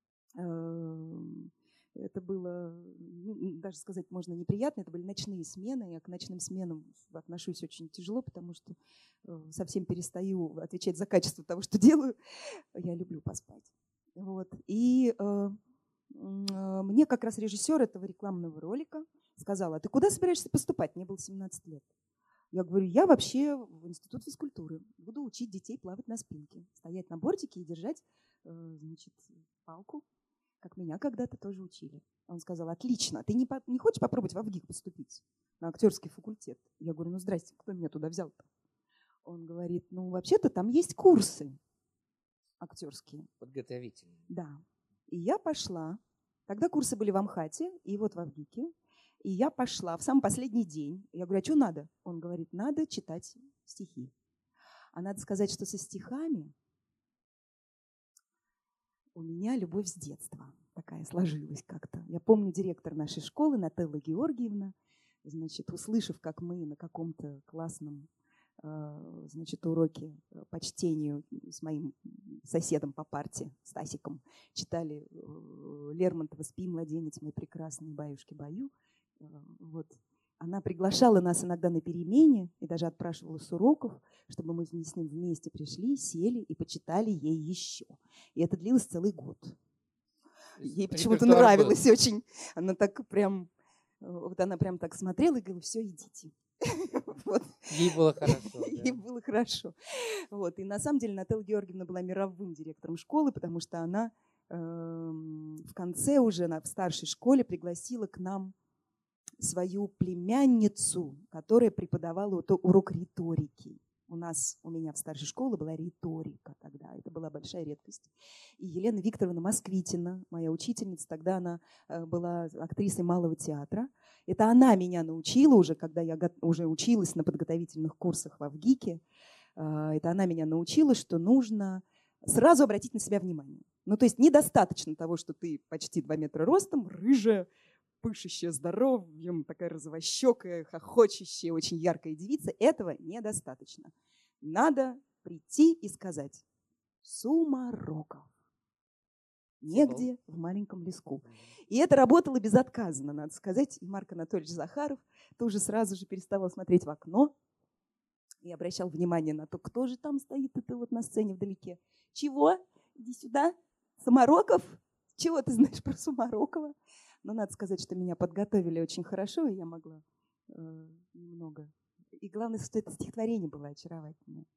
э, это было, ну, даже сказать можно, неприятно. Это были ночные смены. Я к ночным сменам отношусь очень тяжело, потому что э, совсем перестаю отвечать за качество того, что делаю. Я люблю поспать. Вот. И э, мне как раз режиссер этого рекламного ролика сказала: а ты куда собираешься поступать? Мне было семнадцать лет. Я говорю: я вообще в институт физкультуры. Буду учить детей плавать на спинке, стоять на бортике и держать, э, значит, палку, как меня когда-то тоже учили. Он сказал: отлично, ты не, по, не хочешь попробовать в ВГИК поступить на актерский факультет? Я говорю: ну здрасте, кто меня туда взял-то? Он говорит: ну вообще-то там есть курсы актерские.
Подготовительные.
Да. И я пошла. Тогда курсы были в Амхате и вот в ВГИКе. И я пошла в самый последний день. Я говорю: а что надо? Он говорит: надо читать стихи. А надо сказать, что со стихами у меня любовь с детства такая сложилась как-то. Я помню, директор нашей школы, Нателла Георгиевна, значит, услышав, как мы на каком-то классном, значит, уроке по чтению с моим соседом по парте, Стасиком, читали Лермонтова «Спи, младенец мой прекрасный, баюшки-баю». Вот. Она приглашала нас иногда на перемене и даже отпрашивала с уроков, чтобы мы с ним вместе пришли, сели и почитали ей еще. И это длилось целый год. Ей почему-то нравилось очень. Она так прям, вот она прям так смотрела и говорила: все, идите. Вот.
Ей было хорошо.
Ей
Да?
было хорошо. Вот. И на самом деле Нателла Георгиевна была мировым директором школы, потому что она э, в конце уже на, в старшей школе пригласила к нам свою племянницу, которая преподавала урок риторики. У нас, у меня в старшей школе была риторика тогда. Это была большая редкость. И Елена Викторовна Москвитина, моя учительница, тогда она была актрисой Малого театра. Это она меня научила уже, когда я уже училась на подготовительных курсах во ВГИКе. Это она меня научила, что нужно сразу обратить на себя внимание. Ну, то есть недостаточно того, что ты почти два метра ростом, рыжая, пышущая здоровьем, такая розовощекая, хохочущая, очень яркая девица. Этого недостаточно. Надо прийти и сказать: Сумароков. Негде в маленьком леску. И это работало безотказно, надо сказать. И Марк Анатольевич Захаров тоже сразу же переставал смотреть в окно и обращал внимание на то, кто же там стоит это вот на сцене вдалеке. Чего? Иди сюда. Сумароков? Чего ты знаешь про Сумарокова? Но надо сказать, что меня подготовили очень хорошо, и я могла э, немного. И главное, что это стихотворение было очаровательное.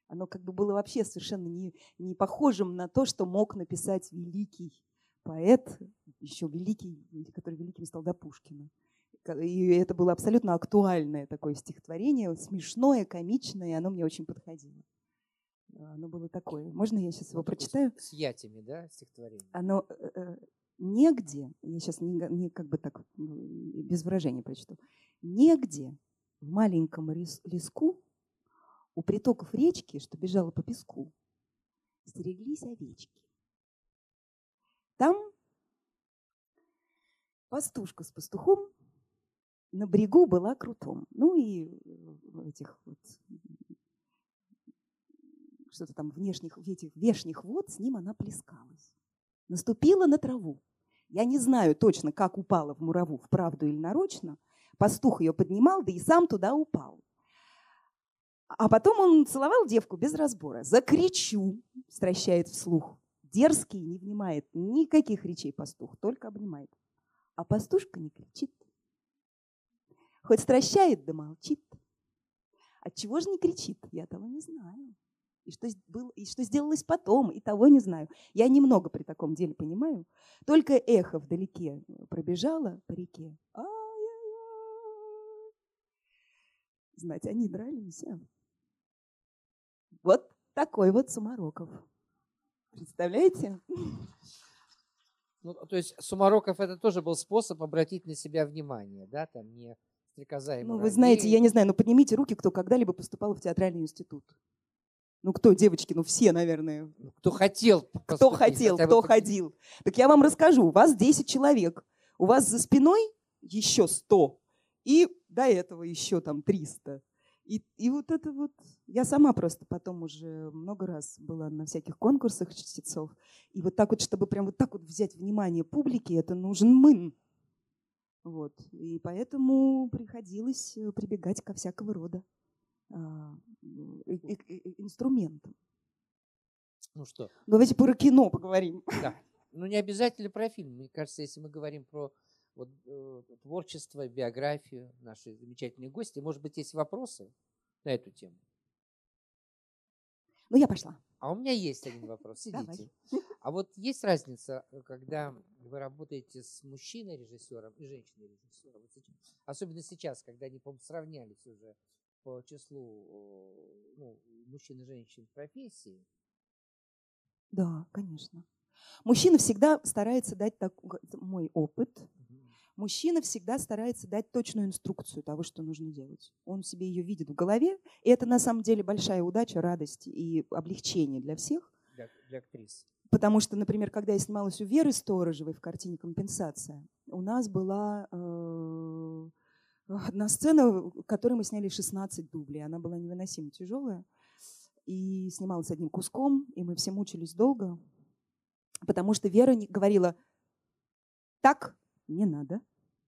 Оно как бы было вообще совершенно не, не похожим на то, что мог написать великий поэт, еще великий, который великим стал до Пушкина. И это было абсолютно актуальное такое стихотворение, смешное, комичное, и оно мне очень подходило. Оно было такое. Можно я сейчас его
Вот
прочитаю?
С ятями, да, стихотворение?
Оно э, негде, я сейчас не, не как бы так без выражения прочту, негде в маленьком лес, леску у притоков речки, что бежала по песку, стереглись овечки. Там пастушка с пастухом на брегу была крутом. Ну и этих вот что-то там внешних, этих вешних вод с ним она плескалась. Наступила на траву. Я не знаю точно, как упала в мураву, вправду или нарочно. Пастух ее поднимал, да и сам туда упал. А потом он целовал девку без разбора. «Закричу!» – стращает вслух. Дерзкий, не внимает никаких речей пастух, только обнимает. А пастушка не кричит. Хоть стращает, да молчит. Отчего же не кричит? Я того не знаю. И что, было, и что сделалось потом, и того не знаю. Я немного при таком деле понимаю. Только эхо вдалеке пробежало по реке. Ай-яй-яй. Знать, они дрались. А? Вот такой вот Сумароков. Представляете?
Ну, то есть Сумароков это тоже был способ обратить на себя внимание, да, там не стрекоза и
Ну, вы
муравей.
знаете, я не знаю, но поднимите руки, кто когда-либо поступал в театральный институт. Ну, кто, девочки, ну все, наверное.
Кто хотел поступить,
Кто хотел,
хотя бы
кто
по-
ходил. Так я вам расскажу. У вас десять человек. У вас за спиной еще сто. И до этого еще там триста. И, и вот это вот... Я сама просто потом уже много раз была на всяких конкурсах чтецов. И вот так вот, чтобы прям вот так вот взять внимание публики, это нужен мын. Вот. И поэтому приходилось прибегать ко всякого рода а, и- и- и- инструментам.
Ну что,
Давайте про кино поговорим.
да. Ну не обязательно про фильм. Мне кажется, если мы говорим про вот, э, творчество, биографию нашей замечательной гости, может быть, есть вопросы на эту тему?
Ну, я пошла.
А у меня есть один вопрос.
Давай.
Сидите. А вот есть разница, когда вы работаете с мужчиной-режиссером и женщиной-режиссером? Вот сейчас- особенно сейчас, когда они, по-моему, сравнялись уже по числу э, ну, мужчин и женщин в профессии.
Да, конечно. Мужчина всегда старается дать, так, мой опыт, мужчина всегда старается дать точную инструкцию того, что нужно делать. Он себе ее видит в голове, и это на самом деле большая удача, радость и облегчение для всех.
Для, для актрис.
Потому что, например, когда я снималась у Веры Сторожевой в картине «Компенсация», у нас была э, одна сцена, в которой мы сняли шестнадцать дублей. Она была невыносимо тяжелая. И снималась одним куском, и мы все мучились долго, потому что Вера не- говорила, так не надо.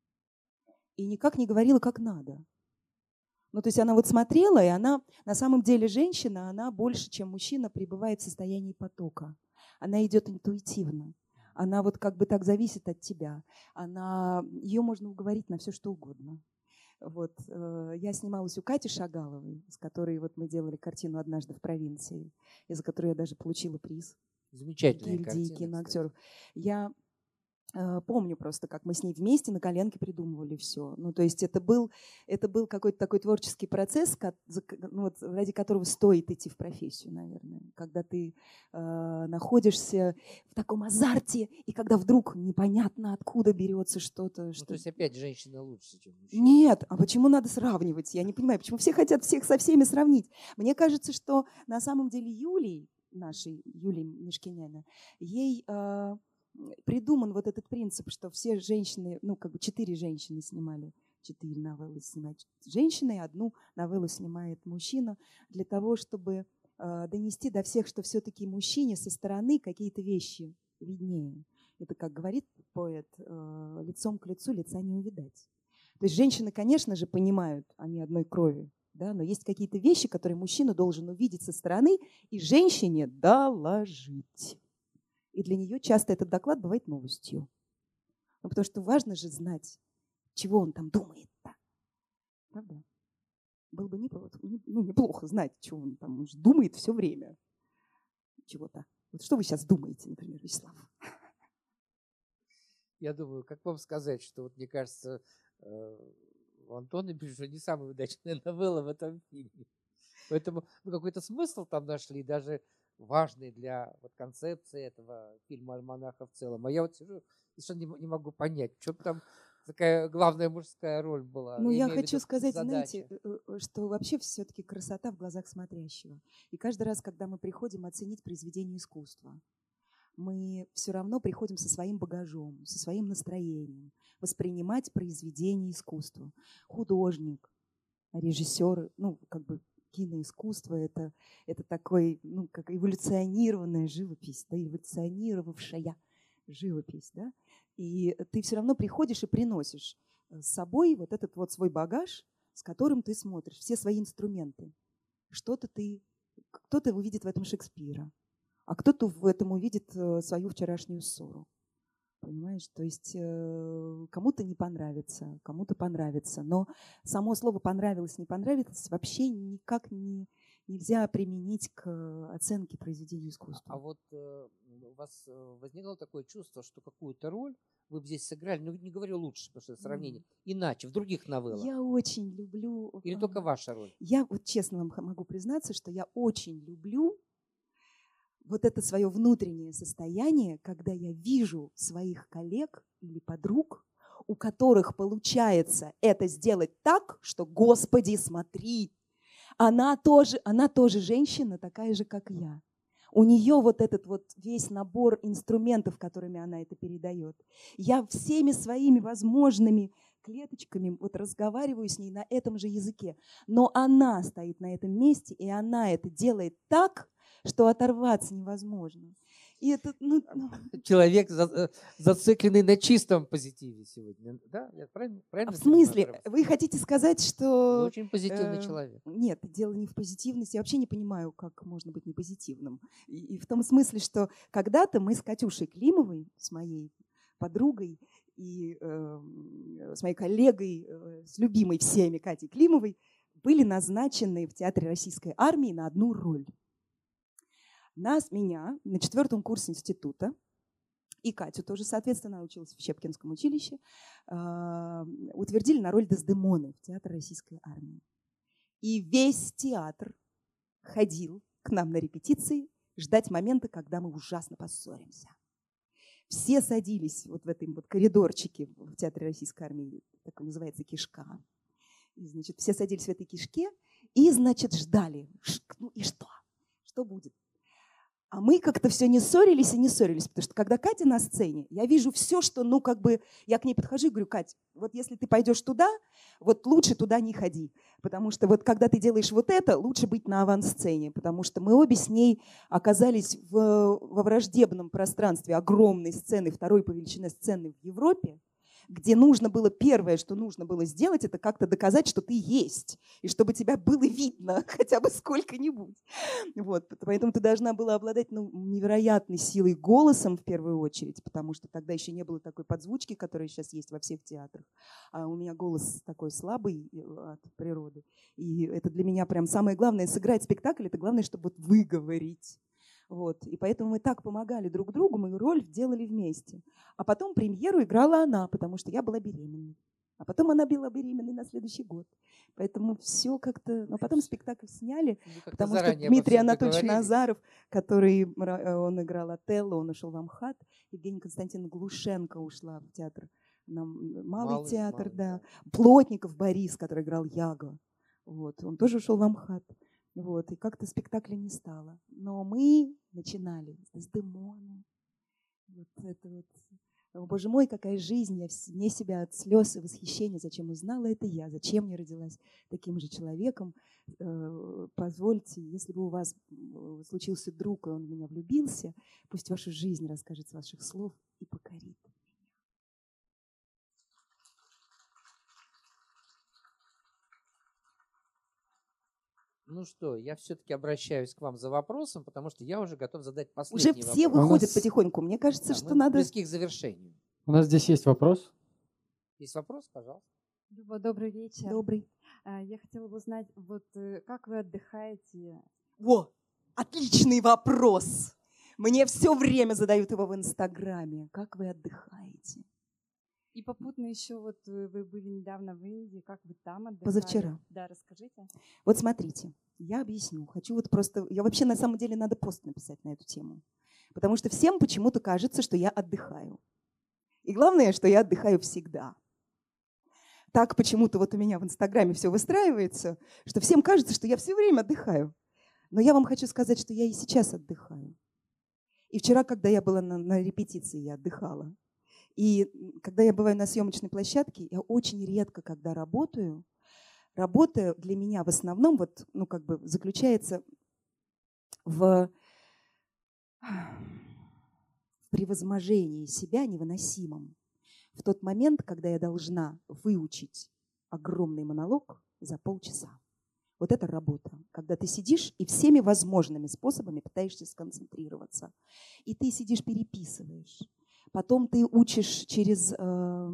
И никак не говорила, как надо. Ну, то есть она вот смотрела, и она, на самом деле, женщина, она больше, чем мужчина, пребывает в состоянии потока. Она идет интуитивно. Она вот как бы так зависит от тебя. Она, ее можно уговорить на все, что угодно. Вот. э, Я снималась у Кати Шагаловой, с которой вот мы делали картину «Однажды в провинции», из-за которой я даже получила приз
Замечательная
гильдии
картина, кстати.
киноактеров. Я э, помню просто, как мы с ней вместе на коленке придумывали все. Ну, то есть это был, это был какой-то такой творческий процесс, ко- за к- ну, вот, ради которого стоит идти в профессию, наверное. Когда ты э, находишься в таком азарте, и когда вдруг непонятно, откуда берется что-то.
Ну,
Что...
то есть опять женщина лучше, чем мужчина.
Нет, а почему надо сравнивать? Я не понимаю, почему все хотят всех со всеми сравнить. Мне кажется, что на самом деле Юлии, нашей Юлии Мишкиняна, ей э, придуман вот этот принцип, что все женщины, ну как бы четыре женщины снимали, четыре новеллы снимают женщины, и одну новеллу снимает мужчина, для того, чтобы э, донести до всех, что все-таки мужчине со стороны какие-то вещи виднее. Это, как говорит поэт, э, лицом к лицу лица не увидать. То есть женщины, конечно же, понимают, они одной крови, да, но есть какие-то вещи, которые мужчина должен увидеть со стороны и женщине доложить. И для нее часто этот доклад бывает новостью. Ну, потому что важно же знать, чего он там думает-то. Правда? Было бы неплохо, ну, неплохо знать, что он там думает все время. Чего-то. Вот что вы сейчас думаете, например, Вячеслав?
Я думаю, как вам сказать, что вот мне кажется, у Антона Бежа не самая удачная новелла в этом фильме. Поэтому мы какой-то смысл там нашли, даже важный для вот концепции этого фильма «Альманаха» в целом. А я вот сижу и совершенно не, не могу понять, что там такая главная мужская роль была.
Ну, я, я хочу
виду,
сказать,
задача.
знаете, что вообще все-таки красота в глазах смотрящего. И каждый раз, когда мы приходим оценить произведение искусства, мы все равно приходим со своим багажом, со своим настроением, воспринимать произведение искусства. Художник, режиссер, ну, как бы киноискусство – это, это такой, ну, как эволюционированная живопись, да, эволюционировавшая живопись, да. И ты все равно приходишь и приносишь с собой вот этот вот свой багаж, с которым ты смотришь, все свои инструменты. Что-то ты, кто-то увидит в этом Шекспира, а кто-то в этом увидит свою вчерашнюю ссору. Понимаешь? То есть кому-то не понравится, кому-то понравится. Но само слово «понравилось», «не понравилось» вообще никак не, нельзя применить к оценке произведения искусства.
А вот э, у вас возникло такое чувство, что какую-то роль вы бы здесь сыграли, ну не говорю лучше, потому что это сравнение, mm. иначе, в других новеллах?
Я очень люблю...
Или только ваша роль?
Я вот честно вам могу признаться, что я очень люблю вот это свое внутреннее состояние, когда я вижу своих коллег или подруг, у которых получается это сделать так, что, Господи, смотри, она тоже, она тоже женщина, такая же, как я. У нее вот этот вот весь набор инструментов, которыми она это передает. Я всеми своими возможными клеточками вот разговариваю с ней на этом же языке. Но она стоит на этом месте, и она это делает так, что оторваться невозможно. И это, ну, ну...
Человек, за, зацикленный на чистом позитиве сегодня. Да? Я правильно, правильно
а в смысле? Понимаю? Вы хотите сказать, что...
Вы очень позитивный
э,
человек.
Нет, дело не в позитивности. Я вообще не понимаю, как можно быть непозитивным. И, и в том смысле, что когда-то мы с Катюшей Климовой, с моей подругой и э, с моей коллегой, э, с любимой всеми Катей Климовой, были назначены в Театре Российской Армии на одну роль. Нас, меня, на четвертом курсе института, и Катю тоже, соответственно, она училась в Щепкинском училище, утвердили на роль Дездемоны в Театр Российской Армии. И весь театр ходил к нам на репетиции ждать момента, когда мы ужасно поссоримся. Все садились вот в этом вот коридорчике в Театре Российской Армии, так называется кишка. И, значит, все садились в этой кишке и, значит, ждали. Ну и что? Что будет? А мы как-то все не ссорились и не ссорились, потому что когда Катя на сцене, я вижу все, что, ну, как бы, я к ней подхожу и говорю: Кать, вот если ты пойдешь туда, вот лучше туда не ходи, потому что вот когда ты делаешь вот это, лучше быть на авансцене, потому что мы обе с ней оказались в, во враждебном пространстве огромной сцены, второй по величине сцены в Европе, где нужно было, первое, что нужно было сделать, это как-то доказать, что ты есть, и чтобы тебя было видно хотя бы сколько-нибудь. Вот. Поэтому ты должна была обладать, ну, невероятной силой голосом в первую очередь, потому что тогда еще не было такой подзвучки, которая сейчас есть во всех театрах. А у меня голос такой слабый от природы. И это для меня прям самое главное. Сыграть спектакль – это главное, чтобы вот выговорить. Вот. И поэтому мы так помогали друг другу, мы роль делали вместе. А потом премьеру играла она, потому что я была беременной. А потом она была беременной на следующий год. Поэтому все как-то... Но потом спектакль сняли, потому что Дмитрий Анатольевич Назаров, который он играл Отелло, он ушел в Амхат. Евгения Константиновна Глушенко ушла в театр, на Малый, малый театр, малый, да. да. Плотников Борис, который играл Яго, вот, он тоже ушел в Амхат. Вот, и как-то спектакля не стало. Но мы начинали с Дездемоны. Вот это вот. О, Боже мой, какая жизнь. Я вне себя от слез и восхищения. Зачем узнала это я? Зачем я родилась таким же человеком? Позвольте, если бы у вас случился друг, и он в меня влюбился, пусть ваша жизнь расскажет с ваших слов и покорит.
Ну что, я все-таки обращаюсь к вам за вопросом, потому что я уже готов задать последний
уже
вопрос.
Уже все выходят нас... потихоньку. Мне кажется,
да,
что
мы
надо...
близки к завершению.
У нас здесь есть вопрос.
Есть вопрос, пожалуйста.
Люба, добрый вечер.
Добрый.
А, Я хотела бы узнать, вот э, как вы отдыхаете?
Во, отличный вопрос. Мне все время задают его в Инстаграме. Как вы отдыхаете?
И попутно еще вот э, вы были недавно в Индии, как вы там отдыхали?
Позавчера.
Да, расскажите.
Вот смотрите, я объясню. Хочу вот просто... Я вообще на самом деле надо пост написать на эту тему. Потому что всем почему-то кажется, что я отдыхаю. И главное, что я отдыхаю всегда. Так почему-то вот у меня в Инстаграме все выстраивается, что всем кажется, что я все время отдыхаю. Но я вам хочу сказать, что я и сейчас отдыхаю. И вчера, когда я была на, на репетиции, я отдыхала. И когда я бываю на съемочной площадке, я очень редко, когда работаю, работа для меня в основном вот, ну, как бы заключается в превозможении себя невыносимом. В тот момент, когда я должна выучить огромный монолог за полчаса. Вот это работа, когда ты сидишь и всеми возможными способами пытаешься сконцентрироваться. И ты сидишь, переписываешь. Потом ты учишь через э,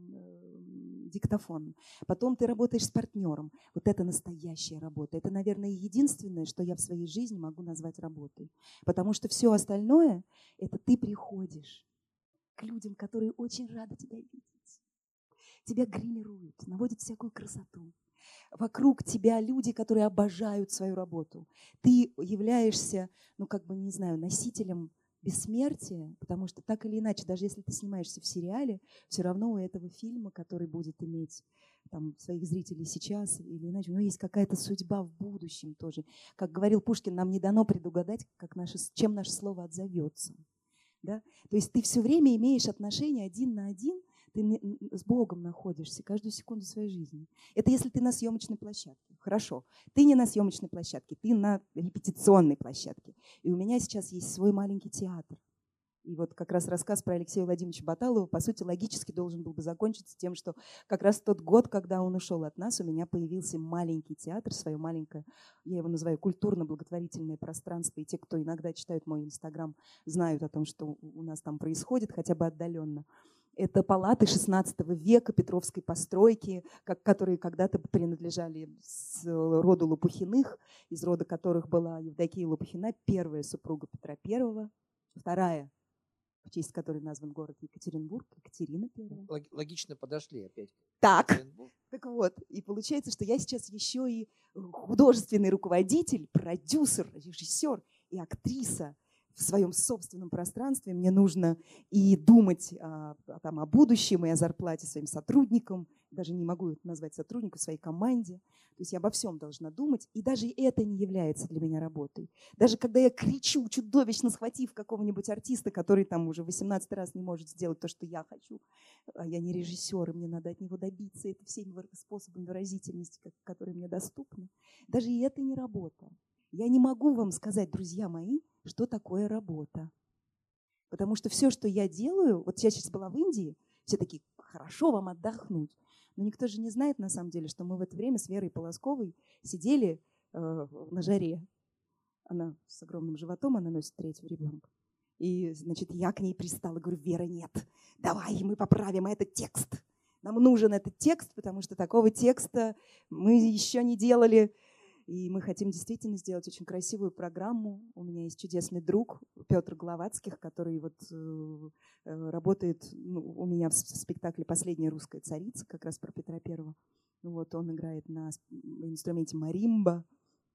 диктофон. Потом ты работаешь с партнером. Вот это настоящая работа. Это, наверное, единственное, что я в своей жизни могу назвать работой. Потому что все остальное – это ты приходишь к людям, которые очень рады тебя видеть. Тебя гримируют, наводят всякую красоту. Вокруг тебя люди, которые обожают свою работу. Ты являешься, ну, как бы, не знаю, носителем бессмертия, потому что так или иначе, даже если ты снимаешься в сериале, все равно у этого фильма, который будет иметь там своих зрителей сейчас или иначе, у него есть какая-то судьба в будущем тоже. Как говорил Пушкин, нам не дано предугадать, как наше, чем наше слово отзовется. Да? То есть ты все время имеешь отношения один на один, ты с Богом находишься каждую секунду своей жизни. Это если ты на съемочной площадке. Хорошо. Ты не на съемочной площадке, ты на репетиционной площадке. И у меня сейчас есть свой маленький театр. И вот как раз рассказ про Алексея Владимировича Баталова, по сути, логически должен был бы закончиться тем, что как раз тот год, когда он ушел от нас, у меня появился маленький театр, свое маленькое, я его называю культурно-благотворительное пространство. И те, кто иногда читают мой Инстаграм, знают о том, что у нас там происходит, хотя бы отдаленно. Это палаты шестнадцатого века Петровской постройки, как, которые когда-то принадлежали роду Лопухиных, из рода которых была Евдокия Лопухина, первая супруга Петра Первого, вторая, в честь которой назван город Екатеринбург, Екатерина Первая.
Логично подошли опять.
Так, так вот, и получается, что я сейчас еще и художественный руководитель, продюсер, режиссер и актриса в своем собственном пространстве. Мне нужно и думать а, там, о будущем, и о зарплате своим сотрудникам. Даже не могу это назвать сотрудником, своей команде. То есть я обо всем должна думать. И даже это не является для меня работой. Даже когда я кричу, чудовищно схватив какого-нибудь артиста, который там уже восемнадцатый раз не может сделать то, что я хочу, а я не режиссер, и мне надо от него добиться. Это всеми способами выразительности, которые мне доступны. Даже и это не работа. Я не могу вам сказать, друзья мои, что такое работа. Потому что все, что я делаю, вот я сейчас была в Индии, все такие, хорошо вам отдохнуть. Но никто же не знает на самом деле, что мы в это время с Верой Полосковой сидели э, на жаре. Она с огромным животом, она носит третьего ребенка. И, значит, я к ней пристала, говорю, Вера, нет, давай мы поправим этот текст. Нам нужен этот текст, потому что такого текста мы еще не делали. И мы хотим действительно сделать очень красивую программу. У меня есть чудесный друг Петр Гловацких, который вот э, работает ну, у меня в спектакле «Последняя русская царица», как раз про Петра Первого. Вот, он играет на инструменте маримба,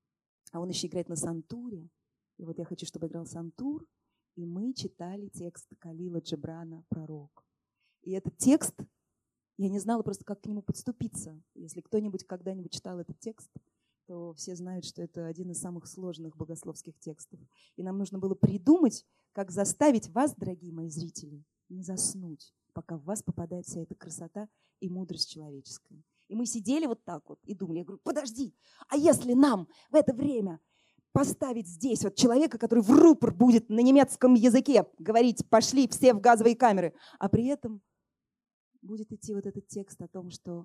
а он еще играет на сантуре. И вот я хочу, чтобы играл сантур, и мы читали текст Калила Джебрана «Пророк». И этот текст, я не знала просто, как к нему подступиться. Если кто-нибудь когда-нибудь читал этот текст, то все знают, что это один из самых сложных богословских текстов. И нам нужно было придумать, как заставить вас, дорогие мои зрители, не заснуть, пока в вас попадает вся эта красота и мудрость человеческая. И мы сидели вот так вот и думали, я говорю, подожди, а если нам в это время поставить здесь вот человека, который в рупор будет на немецком языке говорить, пошли все в газовые камеры, а при этом будет идти вот этот текст о том, что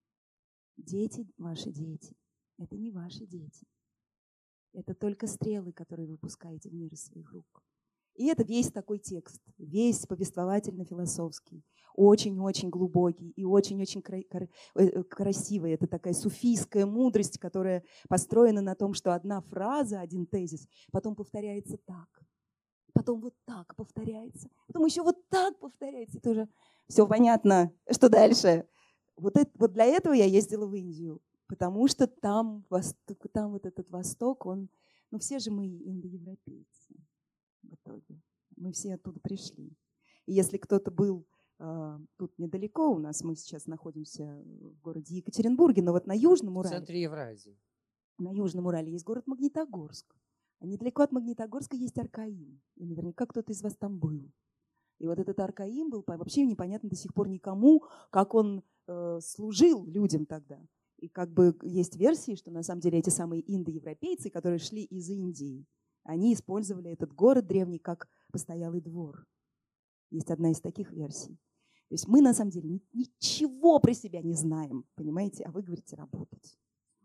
дети, ваши дети, это не ваши дети. Это только стрелы, которые вы пускаете в мир из своих рук. И это весь такой текст, весь повествовательно-философский, очень-очень глубокий и очень-очень кра- кра- красивый. Это такая суфийская мудрость, которая построена на том, что одна фраза, один тезис потом повторяется так, потом вот так повторяется, потом еще вот так повторяется. Это уже все понятно, что дальше. Вот, это, вот для этого я ездила в Индию, потому что там, там вот этот Восток, он, ну все же мы индоевропейцы в итоге. Мы все оттуда пришли. И если кто-то был э, тут недалеко, у нас мы сейчас находимся в городе Екатеринбурге, но вот на Южном Урале.
В центре Евразии.
На Южном Урале есть город Магнитогорск. А недалеко от Магнитогорска есть Аркаим. И наверняка кто-то из вас там был. И вот этот Аркаим был вообще непонятно до сих пор никому, как он э, служил людям тогда. И как бы есть версии, что на самом деле эти самые индоевропейцы, которые шли из Индии, они использовали этот город древний как постоялый двор. Есть одна из таких версий. То есть мы на самом деле ничего про себя не знаем, понимаете, а вы говорите работать.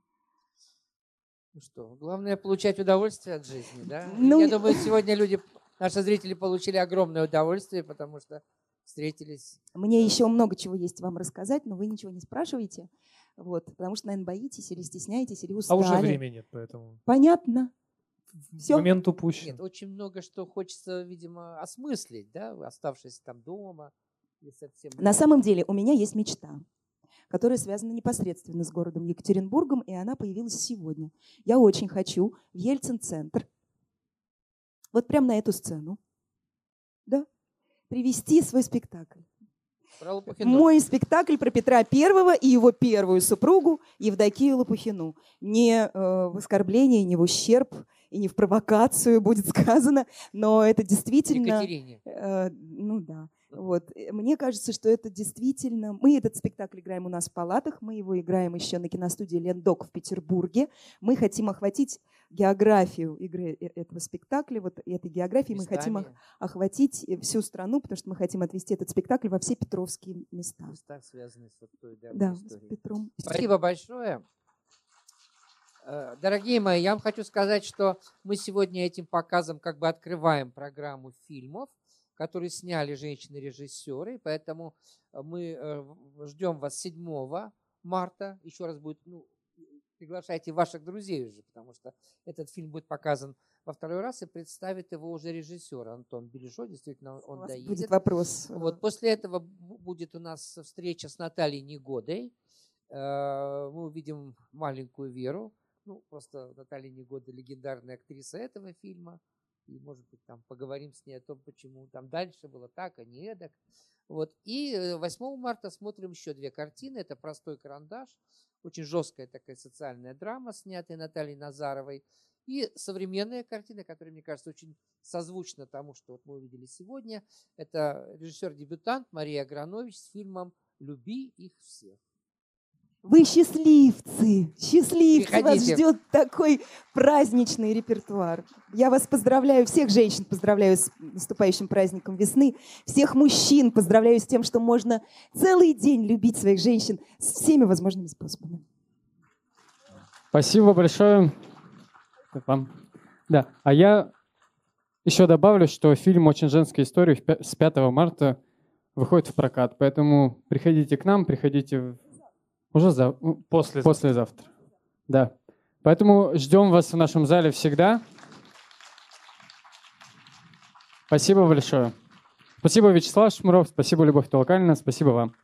Ну что, главное получать удовольствие от жизни, да?
Ну,
Я думаю, сегодня люди, наши зрители получили огромное удовольствие, потому что встретились.
Мне еще много чего есть вам рассказать, но вы ничего не спрашиваете, вот, потому что, наверное, боитесь или стесняетесь, или
А
устали.
уже времени нет, поэтому
Понятно. Все.
момент упущен.
Нет, очень много что хочется, видимо, осмыслить, да, оставшись там дома. Не совсем...
На самом деле у меня есть мечта, которая связана непосредственно с городом Екатеринбургом, и она появилась сегодня. Я очень хочу в Ельцин-центр, вот прямо на эту сцену, да, привести свой спектакль. Мой спектакль про Петра Первого и его первую супругу Евдокию Лопухину. Не э, в оскорбление, не в ущерб и не в провокацию будет сказано, но это действительно...
Екатерине.
Э, ну да. Вот. Мне кажется, что это действительно... Мы этот спектакль играем у нас в палатах, мы его играем еще на киностудии «Лендок» в Петербурге. Мы хотим охватить географию игры этого спектакля, вот этой географии мы хотим ох- охватить всю страну, потому что мы хотим отвести этот спектакль во все петровские места.
Места, связанные с вот той
Да,
историей.
с Петром.
Спасибо большое. Э, Дорогие мои, я вам хочу сказать, что мы сегодня этим показом как бы открываем программу фильмов, которые сняли женщины-режиссеры, поэтому мы ждем вас седьмого марта. Еще раз будет, ну, приглашайте ваших друзей уже, потому что этот фильм будет показан во второй раз и представит его уже режиссер Антон Бележо. Действительно, он доедет.
Будет вопрос.
Вот после этого будет у нас встреча с Натальей Негодой. Мы увидим маленькую Веру. Ну, просто Наталья Негода легендарная актриса этого фильма. И, может быть, там поговорим с ней о том, почему там дальше было так, а не эдак. Вот. И восьмого марта смотрим еще две картины. Это «Простой карандаш», очень жесткая такая социальная драма, снятая Натальей Назаровой. И современная картина, которая, мне кажется, очень созвучна тому, что вот мы увидели сегодня. Это режиссер-дебютант Мария Агранович с фильмом «Люби их всех».
Вы счастливцы, счастливцы,
Приходите.
Вас ждет такой праздничный репертуар. Я вас поздравляю, всех женщин поздравляю с наступающим праздником весны, всех мужчин поздравляю с тем, что можно целый день любить своих женщин всеми возможными способами.
Спасибо большое вам. Да, а я еще добавлю, что фильм «Очень женская история» с пятого марта выходит в прокат, поэтому приходите к нам, приходите уже за... послезавтра. послезавтра. Да. Поэтому ждем вас в нашем зале всегда. Спасибо большое. Спасибо, Вячеслав Шмуров. Спасибо, Любовь Толкалина. Спасибо вам.